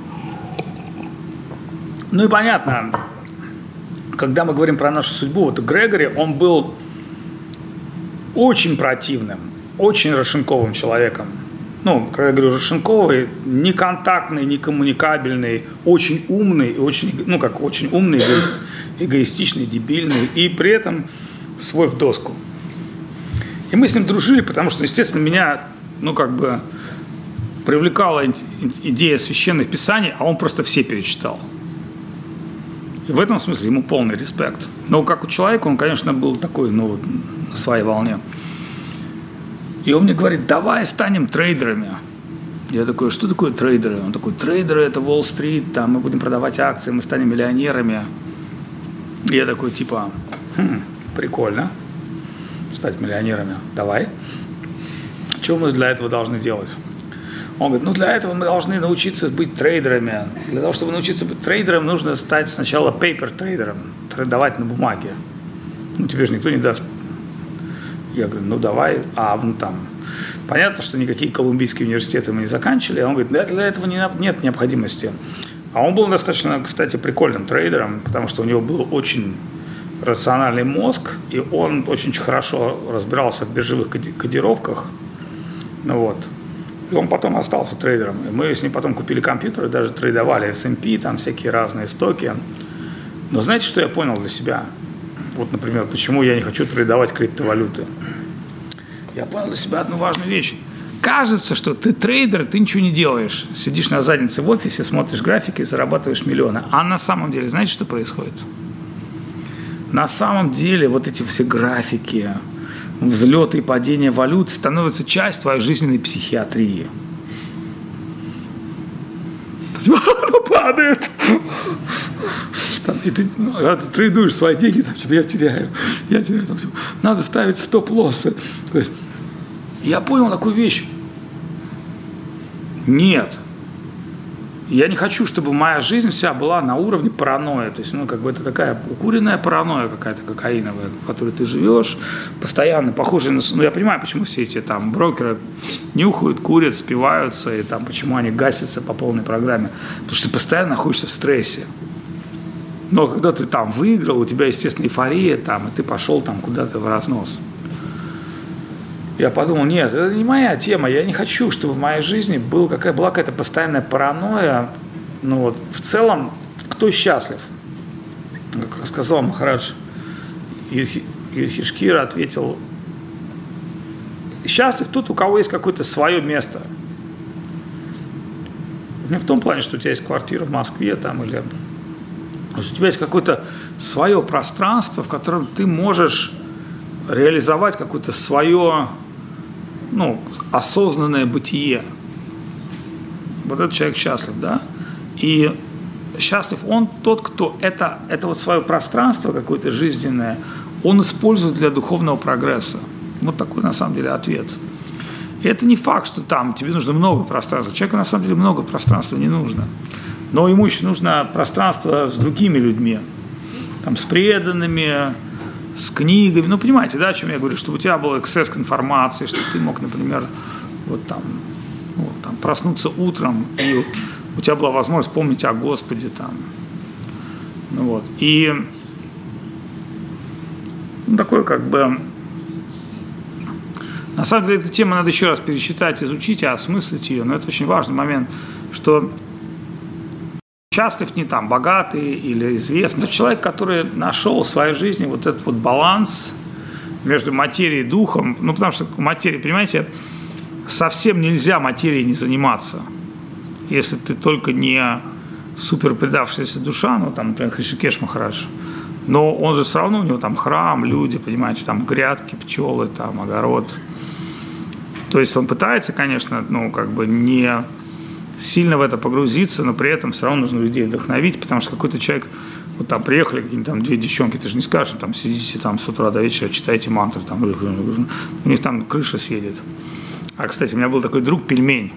Ну и понятно, когда мы говорим про нашу судьбу, вот Грегори, он был очень противным, очень расшинковым человеком. Ну, когда я говорю расшинковый, не контактный, не коммуникабельный, очень умный, очень, ну как очень умный, эгоистичный, дебильный, и при этом свой в доску. И мы с ним дружили, потому что, естественно, меня, ну как бы, привлекала идея священных писаний, а он просто все перечитал. И в этом смысле ему полный респект. Но как у человека он, конечно, был такой, ну, на своей волне. И он мне говорит, давай станем трейдерами. Я такой, что такое трейдеры? Он такой, трейдеры – это Уолл-стрит, там мы будем продавать акции, мы станем миллионерами. И я такой, типа, прикольно, стать миллионерами, давай. Что мы для этого должны делать? Он говорит, ну для этого мы должны научиться быть трейдерами. Для того, чтобы научиться быть трейдером, нужно стать сначала пейпер-трейдером, трейдовать на бумаге. Ну тебе же никто не даст. Я говорю, ну давай, ну там, понятно, что никакие колумбийские университеты мы не заканчивали, а он говорит, для этого нет необходимости. А он был достаточно, кстати, прикольным трейдером, потому что у него был очень рациональный мозг, и он очень хорошо разбирался в биржевых кодировках, ну вот. И он потом остался трейдером. И мы с ним потом купили компьютеры, даже трейдовали S&P, там всякие разные стоки. Но знаете, что я понял для себя? Вот, например, почему я не хочу трейдовать криптовалюты. Я понял для себя одну важную вещь. Кажется, что ты трейдер, ты ничего не делаешь. Сидишь на заднице в офисе, смотришь графики, зарабатываешь миллионы. А на самом деле, знаете, что происходит? На самом деле вот эти все графики, взлеты и падения валют становятся частью твоей жизненной психиатрии. Оно падает. И ты, когда ты трейдуешь свои деньги, там, типа, я теряю. Там, типа, надо ставить стоп-лоссы. То есть я понял такую вещь. Нет. Я не хочу, чтобы моя жизнь вся была на уровне паранойи. То есть, ну, как бы это такая укуренная паранойя какая-то кокаиновая, в которой ты живешь, постоянно похожая на... Ну, я понимаю, почему все эти там брокеры нюхают, курят, спиваются, и там, почему они гасятся по полной программе. Потому что ты постоянно находишься в стрессе. Но когда ты там выиграл, у тебя, естественно, эйфория там, и ты пошел там куда-то в разнос. Я подумал, нет, это не моя тема, я не хочу, чтобы в моей жизни была какая-то постоянная паранойя. Ну вот, в целом, кто счастлив? Как сказал Махарадж Юдхиштхира, ответил, счастлив тот, у кого есть какое-то свое место. Не в том плане, что у тебя есть квартира в Москве там, или То есть у тебя есть какое-то свое пространство, в котором ты можешь реализовать какое-то свое, ну, осознанное бытие. Вот этот человек счастлив, да? И счастлив он тот, кто это вот свое пространство какое-то жизненное, он использует для духовного прогресса. Вот такой, на самом деле, ответ. И это не факт, что там тебе нужно много пространства. Человеку, на самом деле, много пространства не нужно. Но ему еще нужно пространство с другими людьми, там, с преданными, с книгами. Ну, понимаете, да, о чем я говорю? Чтобы у тебя был эксцесс к информации, чтобы ты мог, например, вот там, ну, там проснуться утром, и у тебя была возможность помнить о Господе. Там. Ну, вот. И ну, такой как бы... На самом деле, эту тему надо еще раз перечитать, изучить и осмыслить ее. Но это очень важный момент, что счастлив не там богатый или известный. Это человек, который нашел в своей жизни вот этот вот баланс между материей и духом. Ну, потому что материя, понимаете, совсем нельзя материей не заниматься. Если ты только не супер предавшаяся душа, ну, там, например, Хришикеш Махарадж. Но он же все равно, у него там храм, люди, понимаете, там грядки, пчелы, там огород. То есть он пытается, конечно, ну, как бы не сильно в это погрузиться, но при этом все равно нужно людей вдохновить, потому что какой-то человек, вот там приехали какие-нибудь там две девчонки, ты же не скажешь, там сидите там с утра до вечера, читаете мантры, там, у них там крыша съедет. А, кстати, у меня был такой друг Пельмень.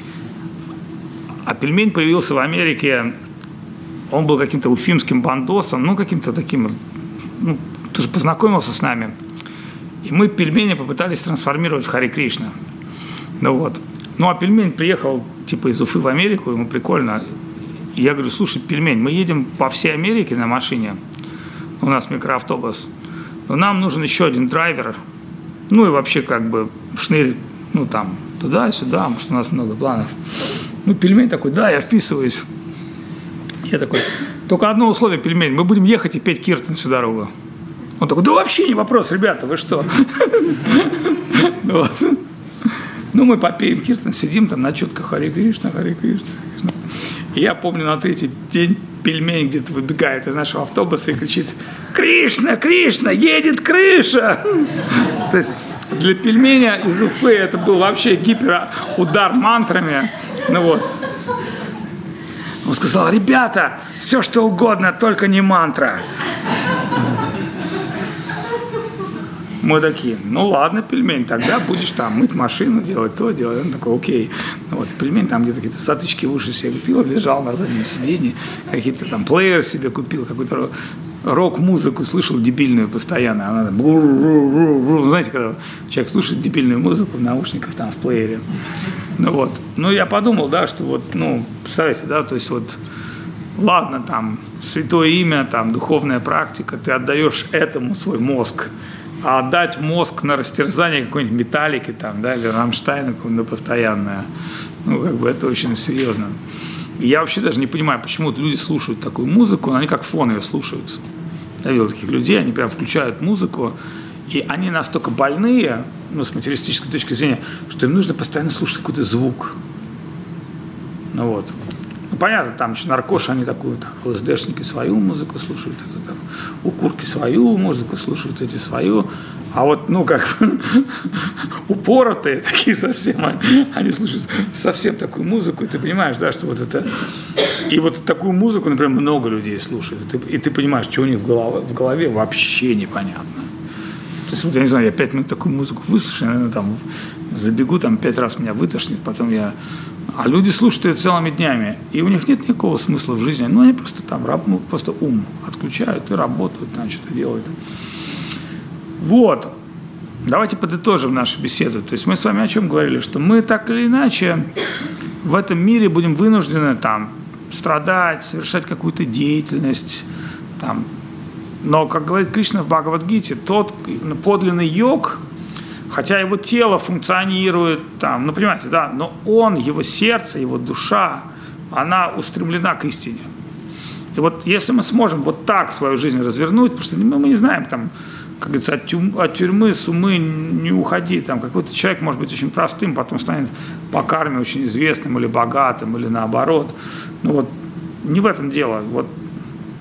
А Пельмень появился в Америке, он был каким-то уфимским бандосом, ну, каким-то таким, ну, тоже познакомился с нами. И мы Пельменя попытались трансформировать в Харе Кришна. Ну вот. Ну, а Пельмень приехал, типа, из Уфы в Америку, ему прикольно. И я говорю, слушай, Пельмень, мы едем по всей Америке на машине, у нас микроавтобус, но нам нужен еще один драйвер, ну, и вообще, как бы, шнырь, ну, там, туда-сюда, потому что у нас много планов. Ну, Пельмень такой, да, я вписываюсь. Я такой, только одно условие, Пельмень, мы будем ехать и петь киртан всю дорогу. Он такой, да вообще не вопрос, ребята, вы что? Ну, мы попеем киртан, сидим там на четко Харе Кришна, Харе Кришна, Харе Кришна. И я помню, на третий день Пельмень где-то выбегает из нашего автобуса и кричит, Кришна, Кришна, едет крыша! То есть для Пельменя из Уфы это был вообще гиперудар мантрами. Ну вот. Он сказал, ребята, все что угодно, только не мантра. Мы такие, ну ладно, Пельмень, тогда будешь там мыть машину, делать то, делать. Он такой, окей. Ну, вот, Пельмень там где-то какие-то затычки в уши себе купил, лежал на заднем сиденье, какие-то там плеер себе купил, какую-то рок-музыку слышал дебильную постоянно. Она там, знаете, когда человек слушает дебильную музыку в наушниках, там, в плеере. Ну вот. Ну, я подумал, да, что вот, ну, представляете, да, то есть вот, ладно, там, святое имя, там, духовная практика, ты отдаешь этому свой мозг, а отдать мозг на растерзание какой-нибудь Металлики, там, да, или Рамштайна на постоянное, ну, как бы это очень серьезно. И я вообще даже не понимаю, почему люди слушают такую музыку, они как фон ее слушают. Я видел таких людей, они прям включают музыку, и они настолько больные, ну, с материалистической точки зрения, что им нужно постоянно слушать какой-то звук. Ну вот. Ну, понятно, там еще наркоши, они такую, там, ЛСДшники свою музыку слушают, это, там, укурки свою музыку слушают, эти свою. А вот, ну, как упоротые такие совсем, они слушают совсем такую музыку, и ты понимаешь, да, что вот это... И вот такую музыку, например, много людей слушают, и ты понимаешь, что у них в голове вообще непонятно. То есть, вот я не знаю, я 5 минут такую музыку выслушаю, наверное, там забегу, там 5 раз меня вытошнит, потом я... А люди слушают ее целыми днями, и у них нет никакого смысла в жизни, ну, они просто там, ну, просто ум отключают и работают, там что-то делают. Вот. Давайте подытожим нашу беседу. То есть мы с вами о чем говорили? Что мы так или иначе в этом мире будем вынуждены там страдать, совершать какую-то деятельность. Там. Но, как говорит Кришна в Бхагавад-гите, тот подлинный йог, хотя его тело функционирует, там, ну, понимаете, да, но он, его сердце, его душа, она устремлена к истине. И вот если мы сможем вот так свою жизнь развернуть, потому что мы не знаем, там, как говорится, от тюрьмы с умы не уходи. Там какой-то человек может быть очень простым, потом станет по карме очень известным или богатым, или наоборот. Ну вот не в этом дело. Вот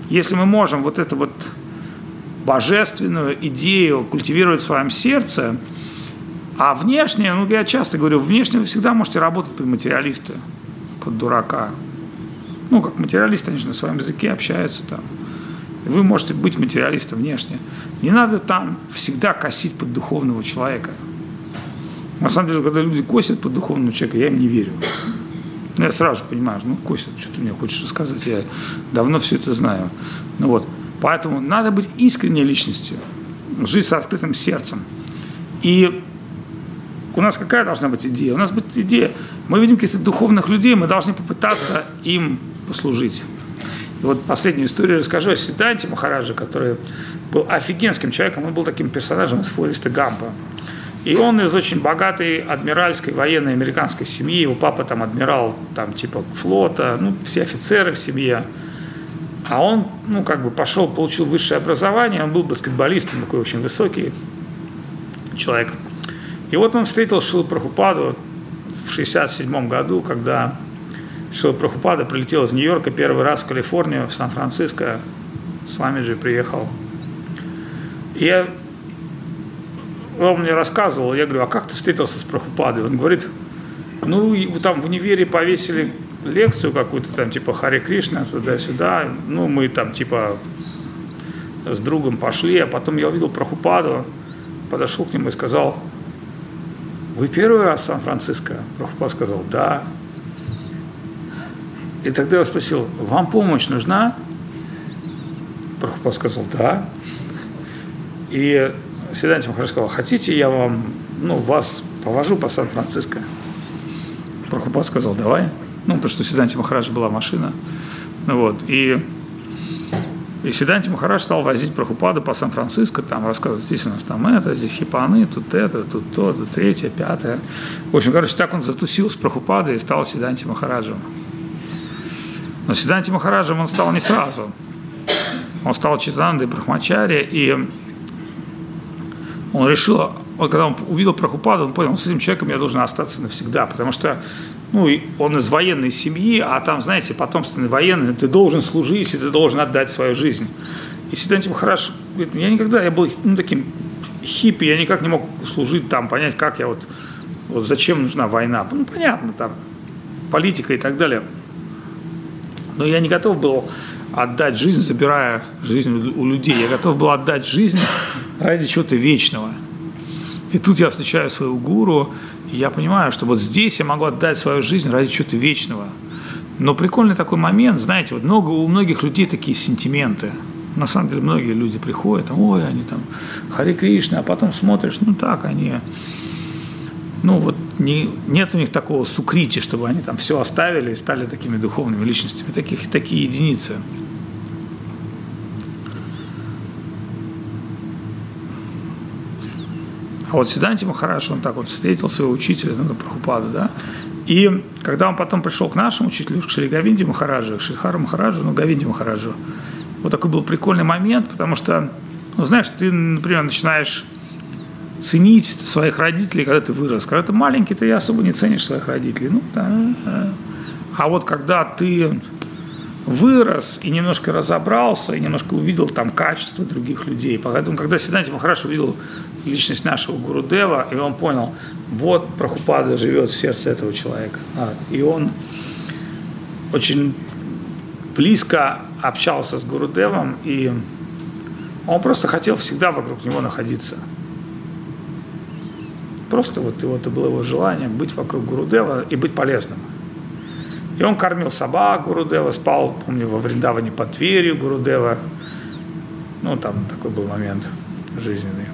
если мы можем вот эту вот божественную идею культивировать в своем сердце, а внешне, ну, я часто говорю, внешне вы всегда можете работать под материалиста, под дурака. Ну, как материалисты, они же на своем языке общаются там. Вы можете быть материалистом внешне. Не надо там всегда косить под духовного человека. На самом деле, когда люди косят под духовного человека, я им не верю. Я сразу же понимаю, ну, косят, что ты мне хочешь рассказать, я давно все это знаю. Ну, вот. Поэтому надо быть искренней личностью, жить с открытым сердцем. И у нас какая должна быть идея? У нас будет идея, мы видим каких-то духовных людей, мы должны попытаться им послужить. И вот последнюю историю расскажу о Сиддханте Махараджи, который был офигенским человеком, он был таким персонажем из Фореста Гампа. И он из очень богатой адмиральской военной американской семьи, его папа там адмирал, там типа флота, ну, все офицеры в семье. А он, ну, как бы пошел, получил высшее образование, он был баскетболистом, такой очень высокий человек. И вот он встретил Шрилу Прабхупаду в 1967 году, когда Шрила Прабхупада прилетел из Нью-Йорка первый раз в Калифорнию, в Сан-Франциско, с вами же приехал. И он мне рассказывал, я говорю, а как ты встретился с Прабхупадой? Он говорит, ну, там в универе повесили лекцию какую-то, там, типа, Харе Кришна, туда-сюда, ну, мы там, типа, с другом пошли, а потом я увидел Прабхупаду, подошел к нему и сказал, вы первый раз в Сан-Франциско? Прабхупад сказал, да. И тогда я спросил, вам помощь нужна? Прабхупад сказал, да. И Сиддханта Махарадж сказал, хотите, я вам, ну, вас повожу по Сан-Франциско? Прабхупад сказал, давай. Ну, потому что у Сиддханты Махараджа была машина. Ну, вот. И Сиддханта Махарадж стал возить Прабхупаду по Сан-Франциско, там рассказывать, здесь у нас там это, здесь хипаны, тут это, тут то, тут третье, пятое. В общем, короче, так он затусил с Прабхупадой и стал Сиддхантой Махараджем. Но Сиддхантой Махараджем он стал не сразу. Он стал Читанандой Брахмачари, и он решил, когда он увидел Прабхупаду, он понял, с этим человеком я должен остаться навсегда, потому что, ну, он из военной семьи, а там, знаете, потомственный военный, ты должен служить, и ты должен отдать свою жизнь. И Сиддханта Махарадж говорит, я был, ну, таким хиппи, я никак не мог служить там, понять, как я вот зачем нужна война. Ну, понятно, там, политика и так далее. Но я не готов был отдать жизнь, забирая жизнь у людей. Я готов был отдать жизнь ради чего-то вечного. И тут я встречаю своего гуру, и я понимаю, что вот здесь я могу отдать свою жизнь ради чего-то вечного. Но прикольный такой момент, знаете, вот у многих людей такие сентименты. На самом деле многие люди приходят, там, ой, они там Харе Кришна, а потом смотришь, ну так, они, ну вот нет у них такого сукрити, чтобы они там все оставили и стали такими духовными личностями, такие единицы. А вот Сиддханта Махарадж, он так вот встретил своего учителя, Прабхупаду, да, и когда он потом пришел к нашему учителю, к Шри Говинде Махараджу, к Шридхару Махараджу, Говинде Махараджу, вот такой был прикольный момент, потому что, ну, знаешь, ты, например, начинаешь ценить своих родителей, когда ты вырос. Когда ты маленький, ты особо не ценишь своих родителей. Ну, да. А вот когда ты вырос и немножко разобрался, и немножко увидел там качества других людей. Поэтому, когда Сиддханта Махарадж увидел личность нашего Гурудева, и он понял, вот Прабхупада живет в сердце этого человека. И он очень близко общался с Гурудевом, и он просто хотел всегда вокруг него находиться. Просто вот это было его желание быть вокруг Гурудева и быть полезным. И он кормил собак Гурудева, спал, помню, во Вриндаване под дверью Гурудева. Ну, там такой был момент жизненный.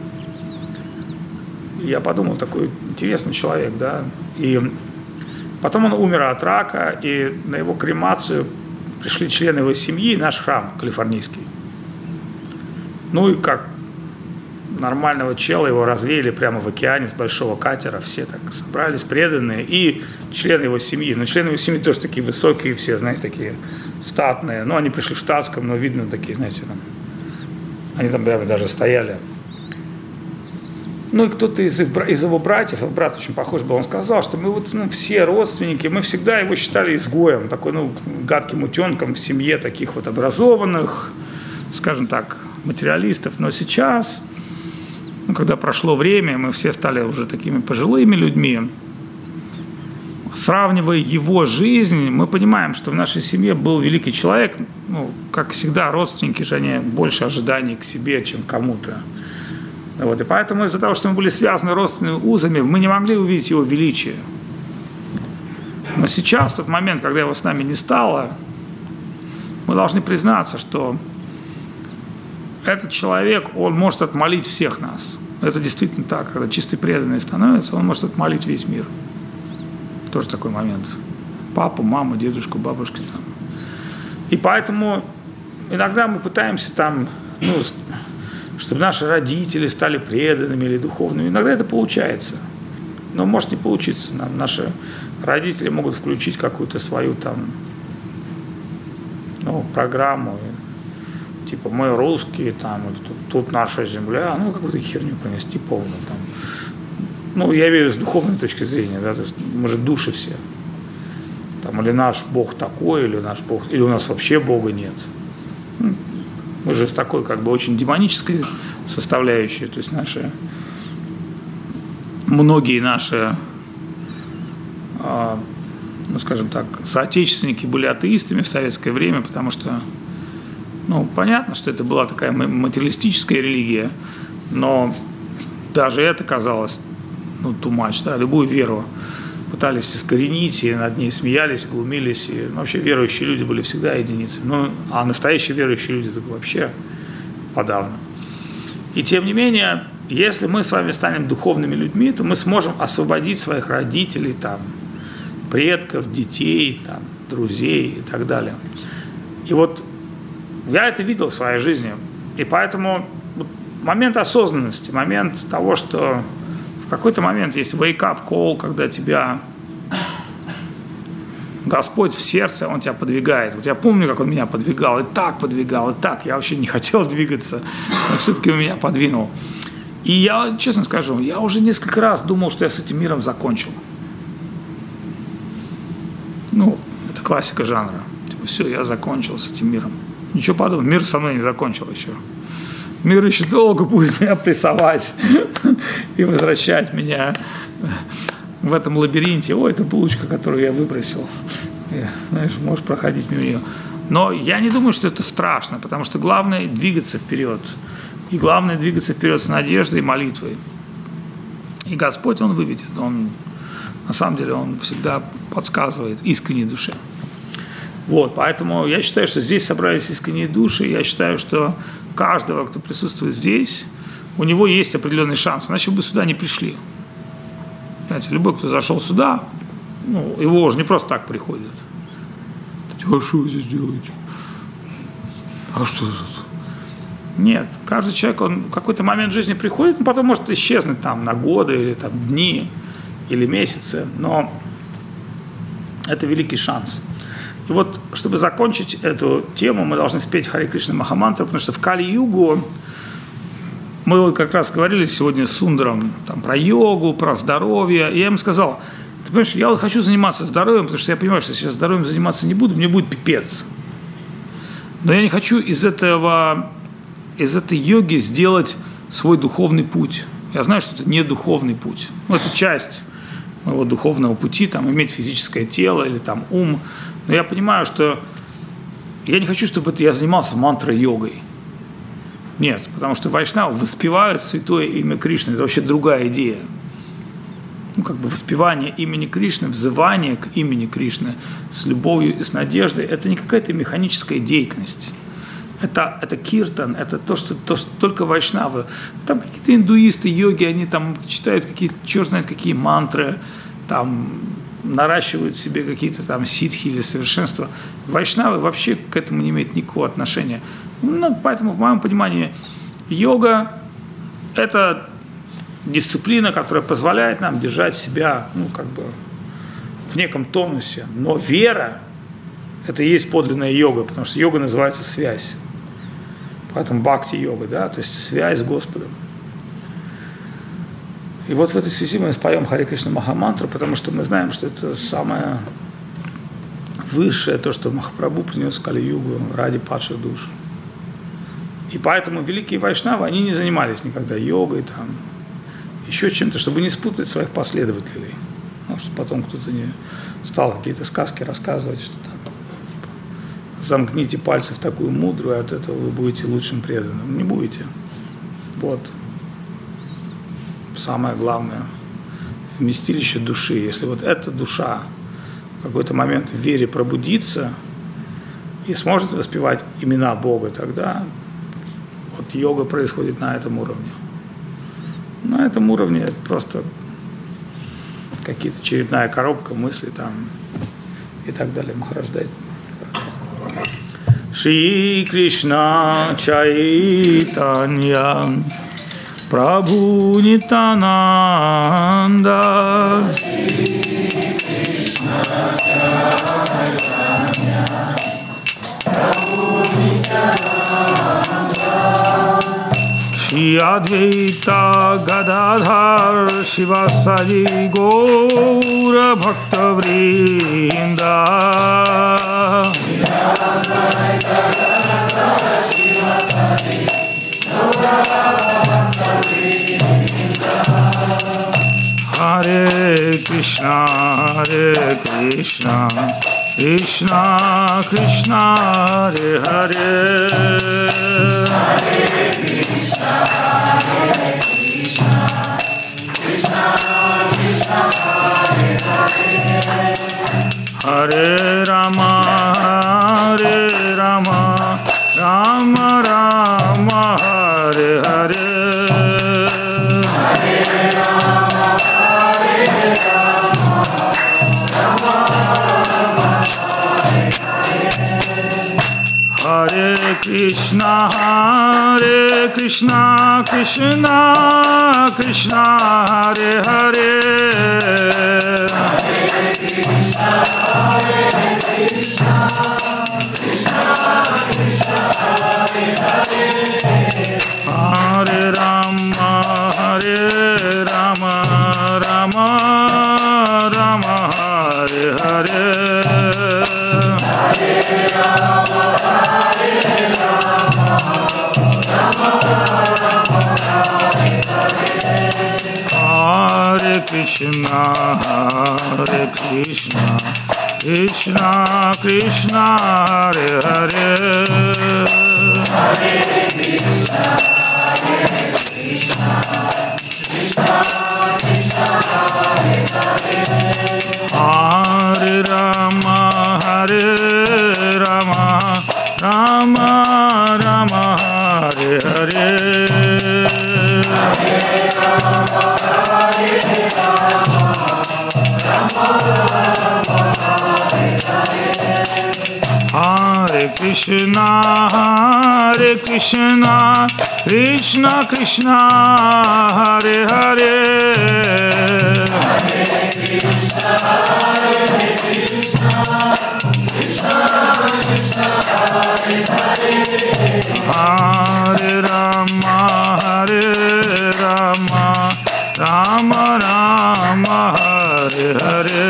И я подумал, такой интересный человек, да. И потом он умер от рака, и на его кремацию пришли члены его семьи, наш храм калифорнийский. Ну и как нормального чела его развеяли прямо в океане с большого катера, все так собрались, преданные, и члены его семьи. Но члены его семьи тоже такие высокие, все, знаете, такие статные. Ну, они пришли в штатском, но видно такие, знаете, там, они там прямо даже стояли. Ну и кто-то из его братьев, брат очень похож был, он сказал, что мы вот все родственники, мы всегда его считали изгоем, такой, гадким утенком в семье таких вот образованных, скажем так, материалистов. Но сейчас, когда прошло время, мы все стали уже такими пожилыми людьми, сравнивая его жизнь, мы понимаем, что в нашей семье был великий человек, как всегда, родственники же, они больше ожиданий к себе, чем кому-то. Вот, и поэтому из-за того, что мы были связаны родственными узами, мы не могли увидеть его величие. Но сейчас, в тот момент, когда его с нами не стало, мы должны признаться, что этот человек, он может отмолить всех нас. Это действительно так. Когда чистый преданный становится, он может отмолить весь мир. Тоже такой момент. Папу, маму, дедушку, бабушку там. И поэтому иногда мы пытаемся там, чтобы наши родители стали преданными или духовными. Иногда это получается. Но может не получиться. Наши родители могут включить какую-то свою там, программу. Типа мы русские, там, тут наша земля. Какую-то херню принести полную там. Я имею в виду с духовной точки зрения, да, то есть мы же души все. Там, или наш Бог такой, или наш Бог, или у нас вообще Бога нет. Мы же с такой, очень демонической составляющей, то есть многие наши, скажем так, соотечественники были атеистами в советское время, потому что, понятно, что это была такая материалистическая религия, но даже это казалось, too much, да, любую веру пытались искоренить, и над ней смеялись, глумились. И вообще верующие люди были всегда единицами. А настоящие верующие люди так вообще подавно. И тем не менее, если мы с вами станем духовными людьми, то мы сможем освободить своих родителей, там, предков, детей, там, друзей и так далее. И вот я это видел в своей жизни. И поэтому момент осознанности, момент того, что в какой-то момент есть wake-up call, когда тебя Господь в сердце, Он тебя подвигает. Вот я помню, как Он меня подвигал, и так. Я вообще не хотел двигаться, но все-таки Он меня подвинул. И я, честно скажу, я уже несколько раз думал, что я с этим миром закончил. Это классика жанра. Все, я закончил с этим миром. Ничего подобного, мир со мной не закончил еще. Мир еще долго будет меня прессовать и возвращать меня в этом лабиринте. Это булочка, которую я выбросил. Знаешь, можешь проходить мимо нее. Но я не думаю, что это страшно, потому что главное двигаться вперед. И главное двигаться вперед с надеждой и молитвой. И Господь, Он выведет. На самом деле, Он всегда подсказывает искренней душе. Поэтому я считаю, что здесь собрались искренние души. Я считаю, что каждого, кто присутствует здесь, у него есть определенный шанс, иначе бы сюда не пришли. Знаете, любой, кто зашел сюда, его уже не просто так приходят. А что вы здесь делаете? А что тут? Нет, каждый человек, он в какой-то момент жизни приходит, но потом может исчезнуть там на годы или там дни или месяцы, но это великий шанс. И чтобы закончить эту тему, мы должны спеть Харе Кришна Махамантру, потому что в Кали-югу мы как раз говорили сегодня с Сундаром про йогу, про здоровье. И я ему сказал, ты понимаешь, я хочу заниматься здоровьем, потому что я понимаю, что сейчас здоровьем заниматься не буду, мне будет пипец. Но я не хочу из этой йоги сделать свой духовный путь. Я знаю, что это не духовный путь. Это часть моего духовного пути, иметь физическое тело или ум. Но я понимаю, что я не хочу, чтобы я занимался мантра-йогой. Нет, потому что вайшнавы воспевают святое имя Кришны. Это вообще другая идея. Воспевание имени Кришны, взывание к имени Кришны с любовью и с надеждой – это не какая-то механическая деятельность. Это киртан, это то, что только вайшнавы. Там какие-то индуисты, йоги, они читают какие-то, черт знает какие мантры, наращивают себе какие-то ситхи или совершенства. Вайшнавы вообще к этому не имеют никакого отношения. Поэтому, в моем понимании, йога – это дисциплина, которая позволяет нам держать себя, в неком тонусе. Но вера – это и есть подлинная йога, потому что йога называется связь. Поэтому бхакти-йога, да, то есть связь с Господом. И вот в этой связи мы споем Харе Кришна Махамантру, потому что мы знаем, что это самое высшее, то, что Махапрабху принес в Кали-югу ради падших душ. И поэтому великие вайшнавы, они не занимались никогда йогой, там, еще чем-то, чтобы не спутать своих последователей. Ну, чтобы потом кто-то не стал какие-то сказки рассказывать, что там, типа, замкните пальцы в такую мудрую, от этого вы будете лучшим преданным. Не будете. Вот. Самое главное. Вместилище души. Если вот эта душа в какой-то момент в вере пробудится и сможет воспевать имена Бога, тогда вот йога происходит на этом уровне. На этом уровне просто какие-то очередная коробка мыслей там и так далее. Махарадж, дай. Шри Кришна Чайтанья Прабху Нитянанда Shri Advaita Gadadhar Shivasadi Gaura Bhakta Vrinda Hare Krishna Krishna Krishna Hare Hare Hare Rama Rama Rama Hare Hare Hare Krishna Krishna Krishna Hare Hare Hare Rama Rama Rama Hare Hare Hare Krishna Krishna Krishna Hare Hare Hare Rama Rama Rama Hare Hare Hare Krishna Krishna Krishna Hare Hare Hare Rama Rama Rama Hare Hare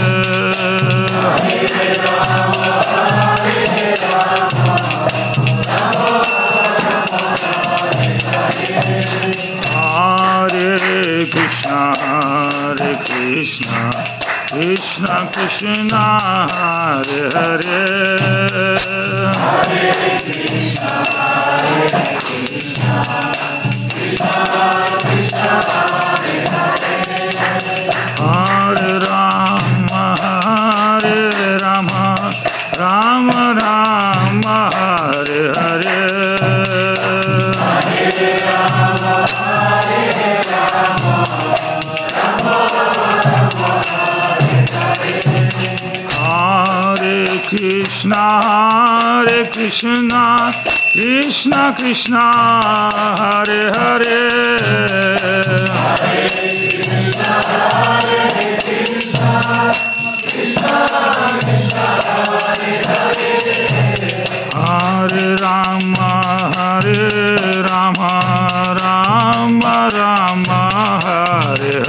Hare Krishna Krishna Krishna Hare Hare Hare Rama Rama Rama Hare Hare Krishna Krishna Hare Hare Hare Rama Rama Rama Hare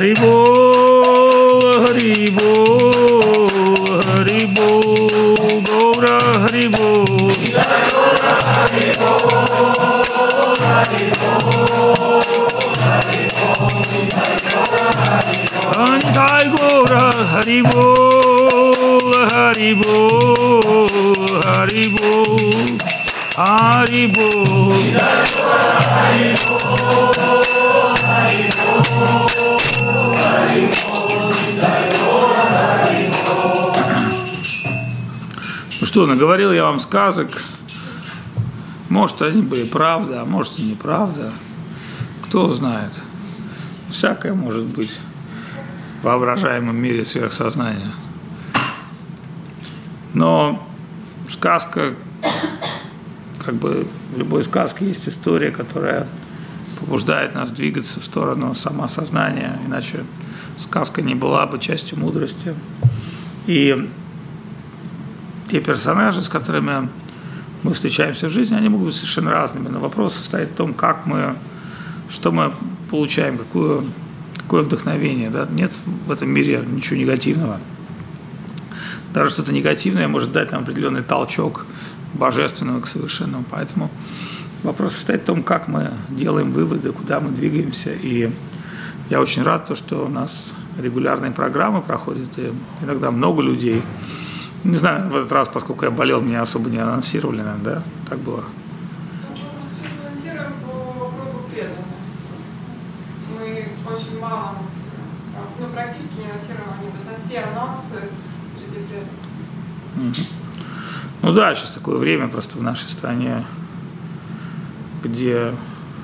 Haribol, Haribol, Haribol, Gora Haribol. Nitai Gora Haribol, Haribol, Haribol, Haribol. Ну что, наговорил я вам сказок. Может, они были правда, а может и неправда. Кто знает. Всякое может быть в воображаемом мире сверхсознания. Но сказка, как бы в любой сказке есть история, которая побуждает нас двигаться в сторону самосознания, иначе сказка не была бы частью мудрости. И те персонажи, с которыми мы встречаемся в жизни, они могут быть совершенно разными, но вопрос состоит в том, что мы получаем, какое вдохновение. Да? Нет в этом мире ничего негативного. Даже что-то негативное может дать нам определенный толчок божественного к совершенному. Поэтому вопрос состоит в том, как мы делаем выводы, куда мы двигаемся. И я очень рад, что у нас регулярные программы проходят, и иногда много людей. Не знаю, в этот раз, поскольку я болел, меня особо не анонсировали, наверное, да? Так было? Мы просто сейчас анонсируем по кругу преданных. Мы очень мало анонсируем. Ну, практически не анонсируем они. То есть у нас все анонсы среди преданных. Ну да, сейчас такое время просто в нашей стране, где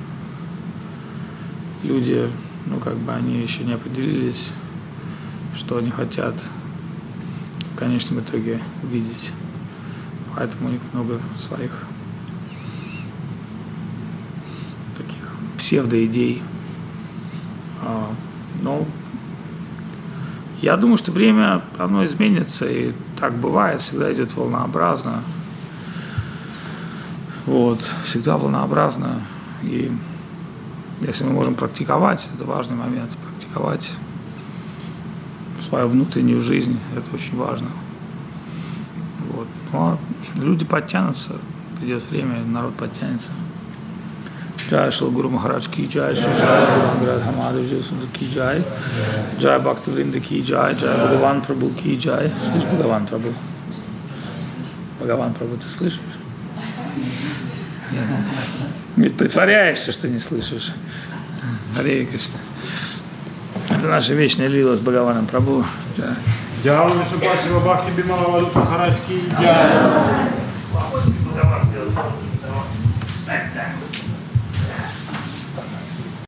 люди, ну как бы они еще не определились, что они хотят в конечном итоге видеть. Поэтому у них много своих таких псевдоидей. Но я думаю, что время, оно изменится, и так бывает, всегда идет волнообразно. Вот, всегда волнообразно. И если мы можем практиковать, это важный момент, практиковать свою внутреннюю жизнь, это очень важно. Вот. Но люди подтянутся, придет время, народ подтянется. Джай Шри Гуру Махарадж ки джай, Шри Гуру Хамадев ки джай, Джай Бхактавринда ки джай, Джай Бхагаван Прабhu ки джай. Слышишь, Бхагаван Прабhu? Бхагаван Прабhu, ты слышишь? Нет. Ведь притворяешься, что не слышишь. Харе Кришна. Это наша вечная лила с Бхагаваном Прабhu. Джай Вишну Пашива Бхакти Бимала Валута Махарадж ки джай.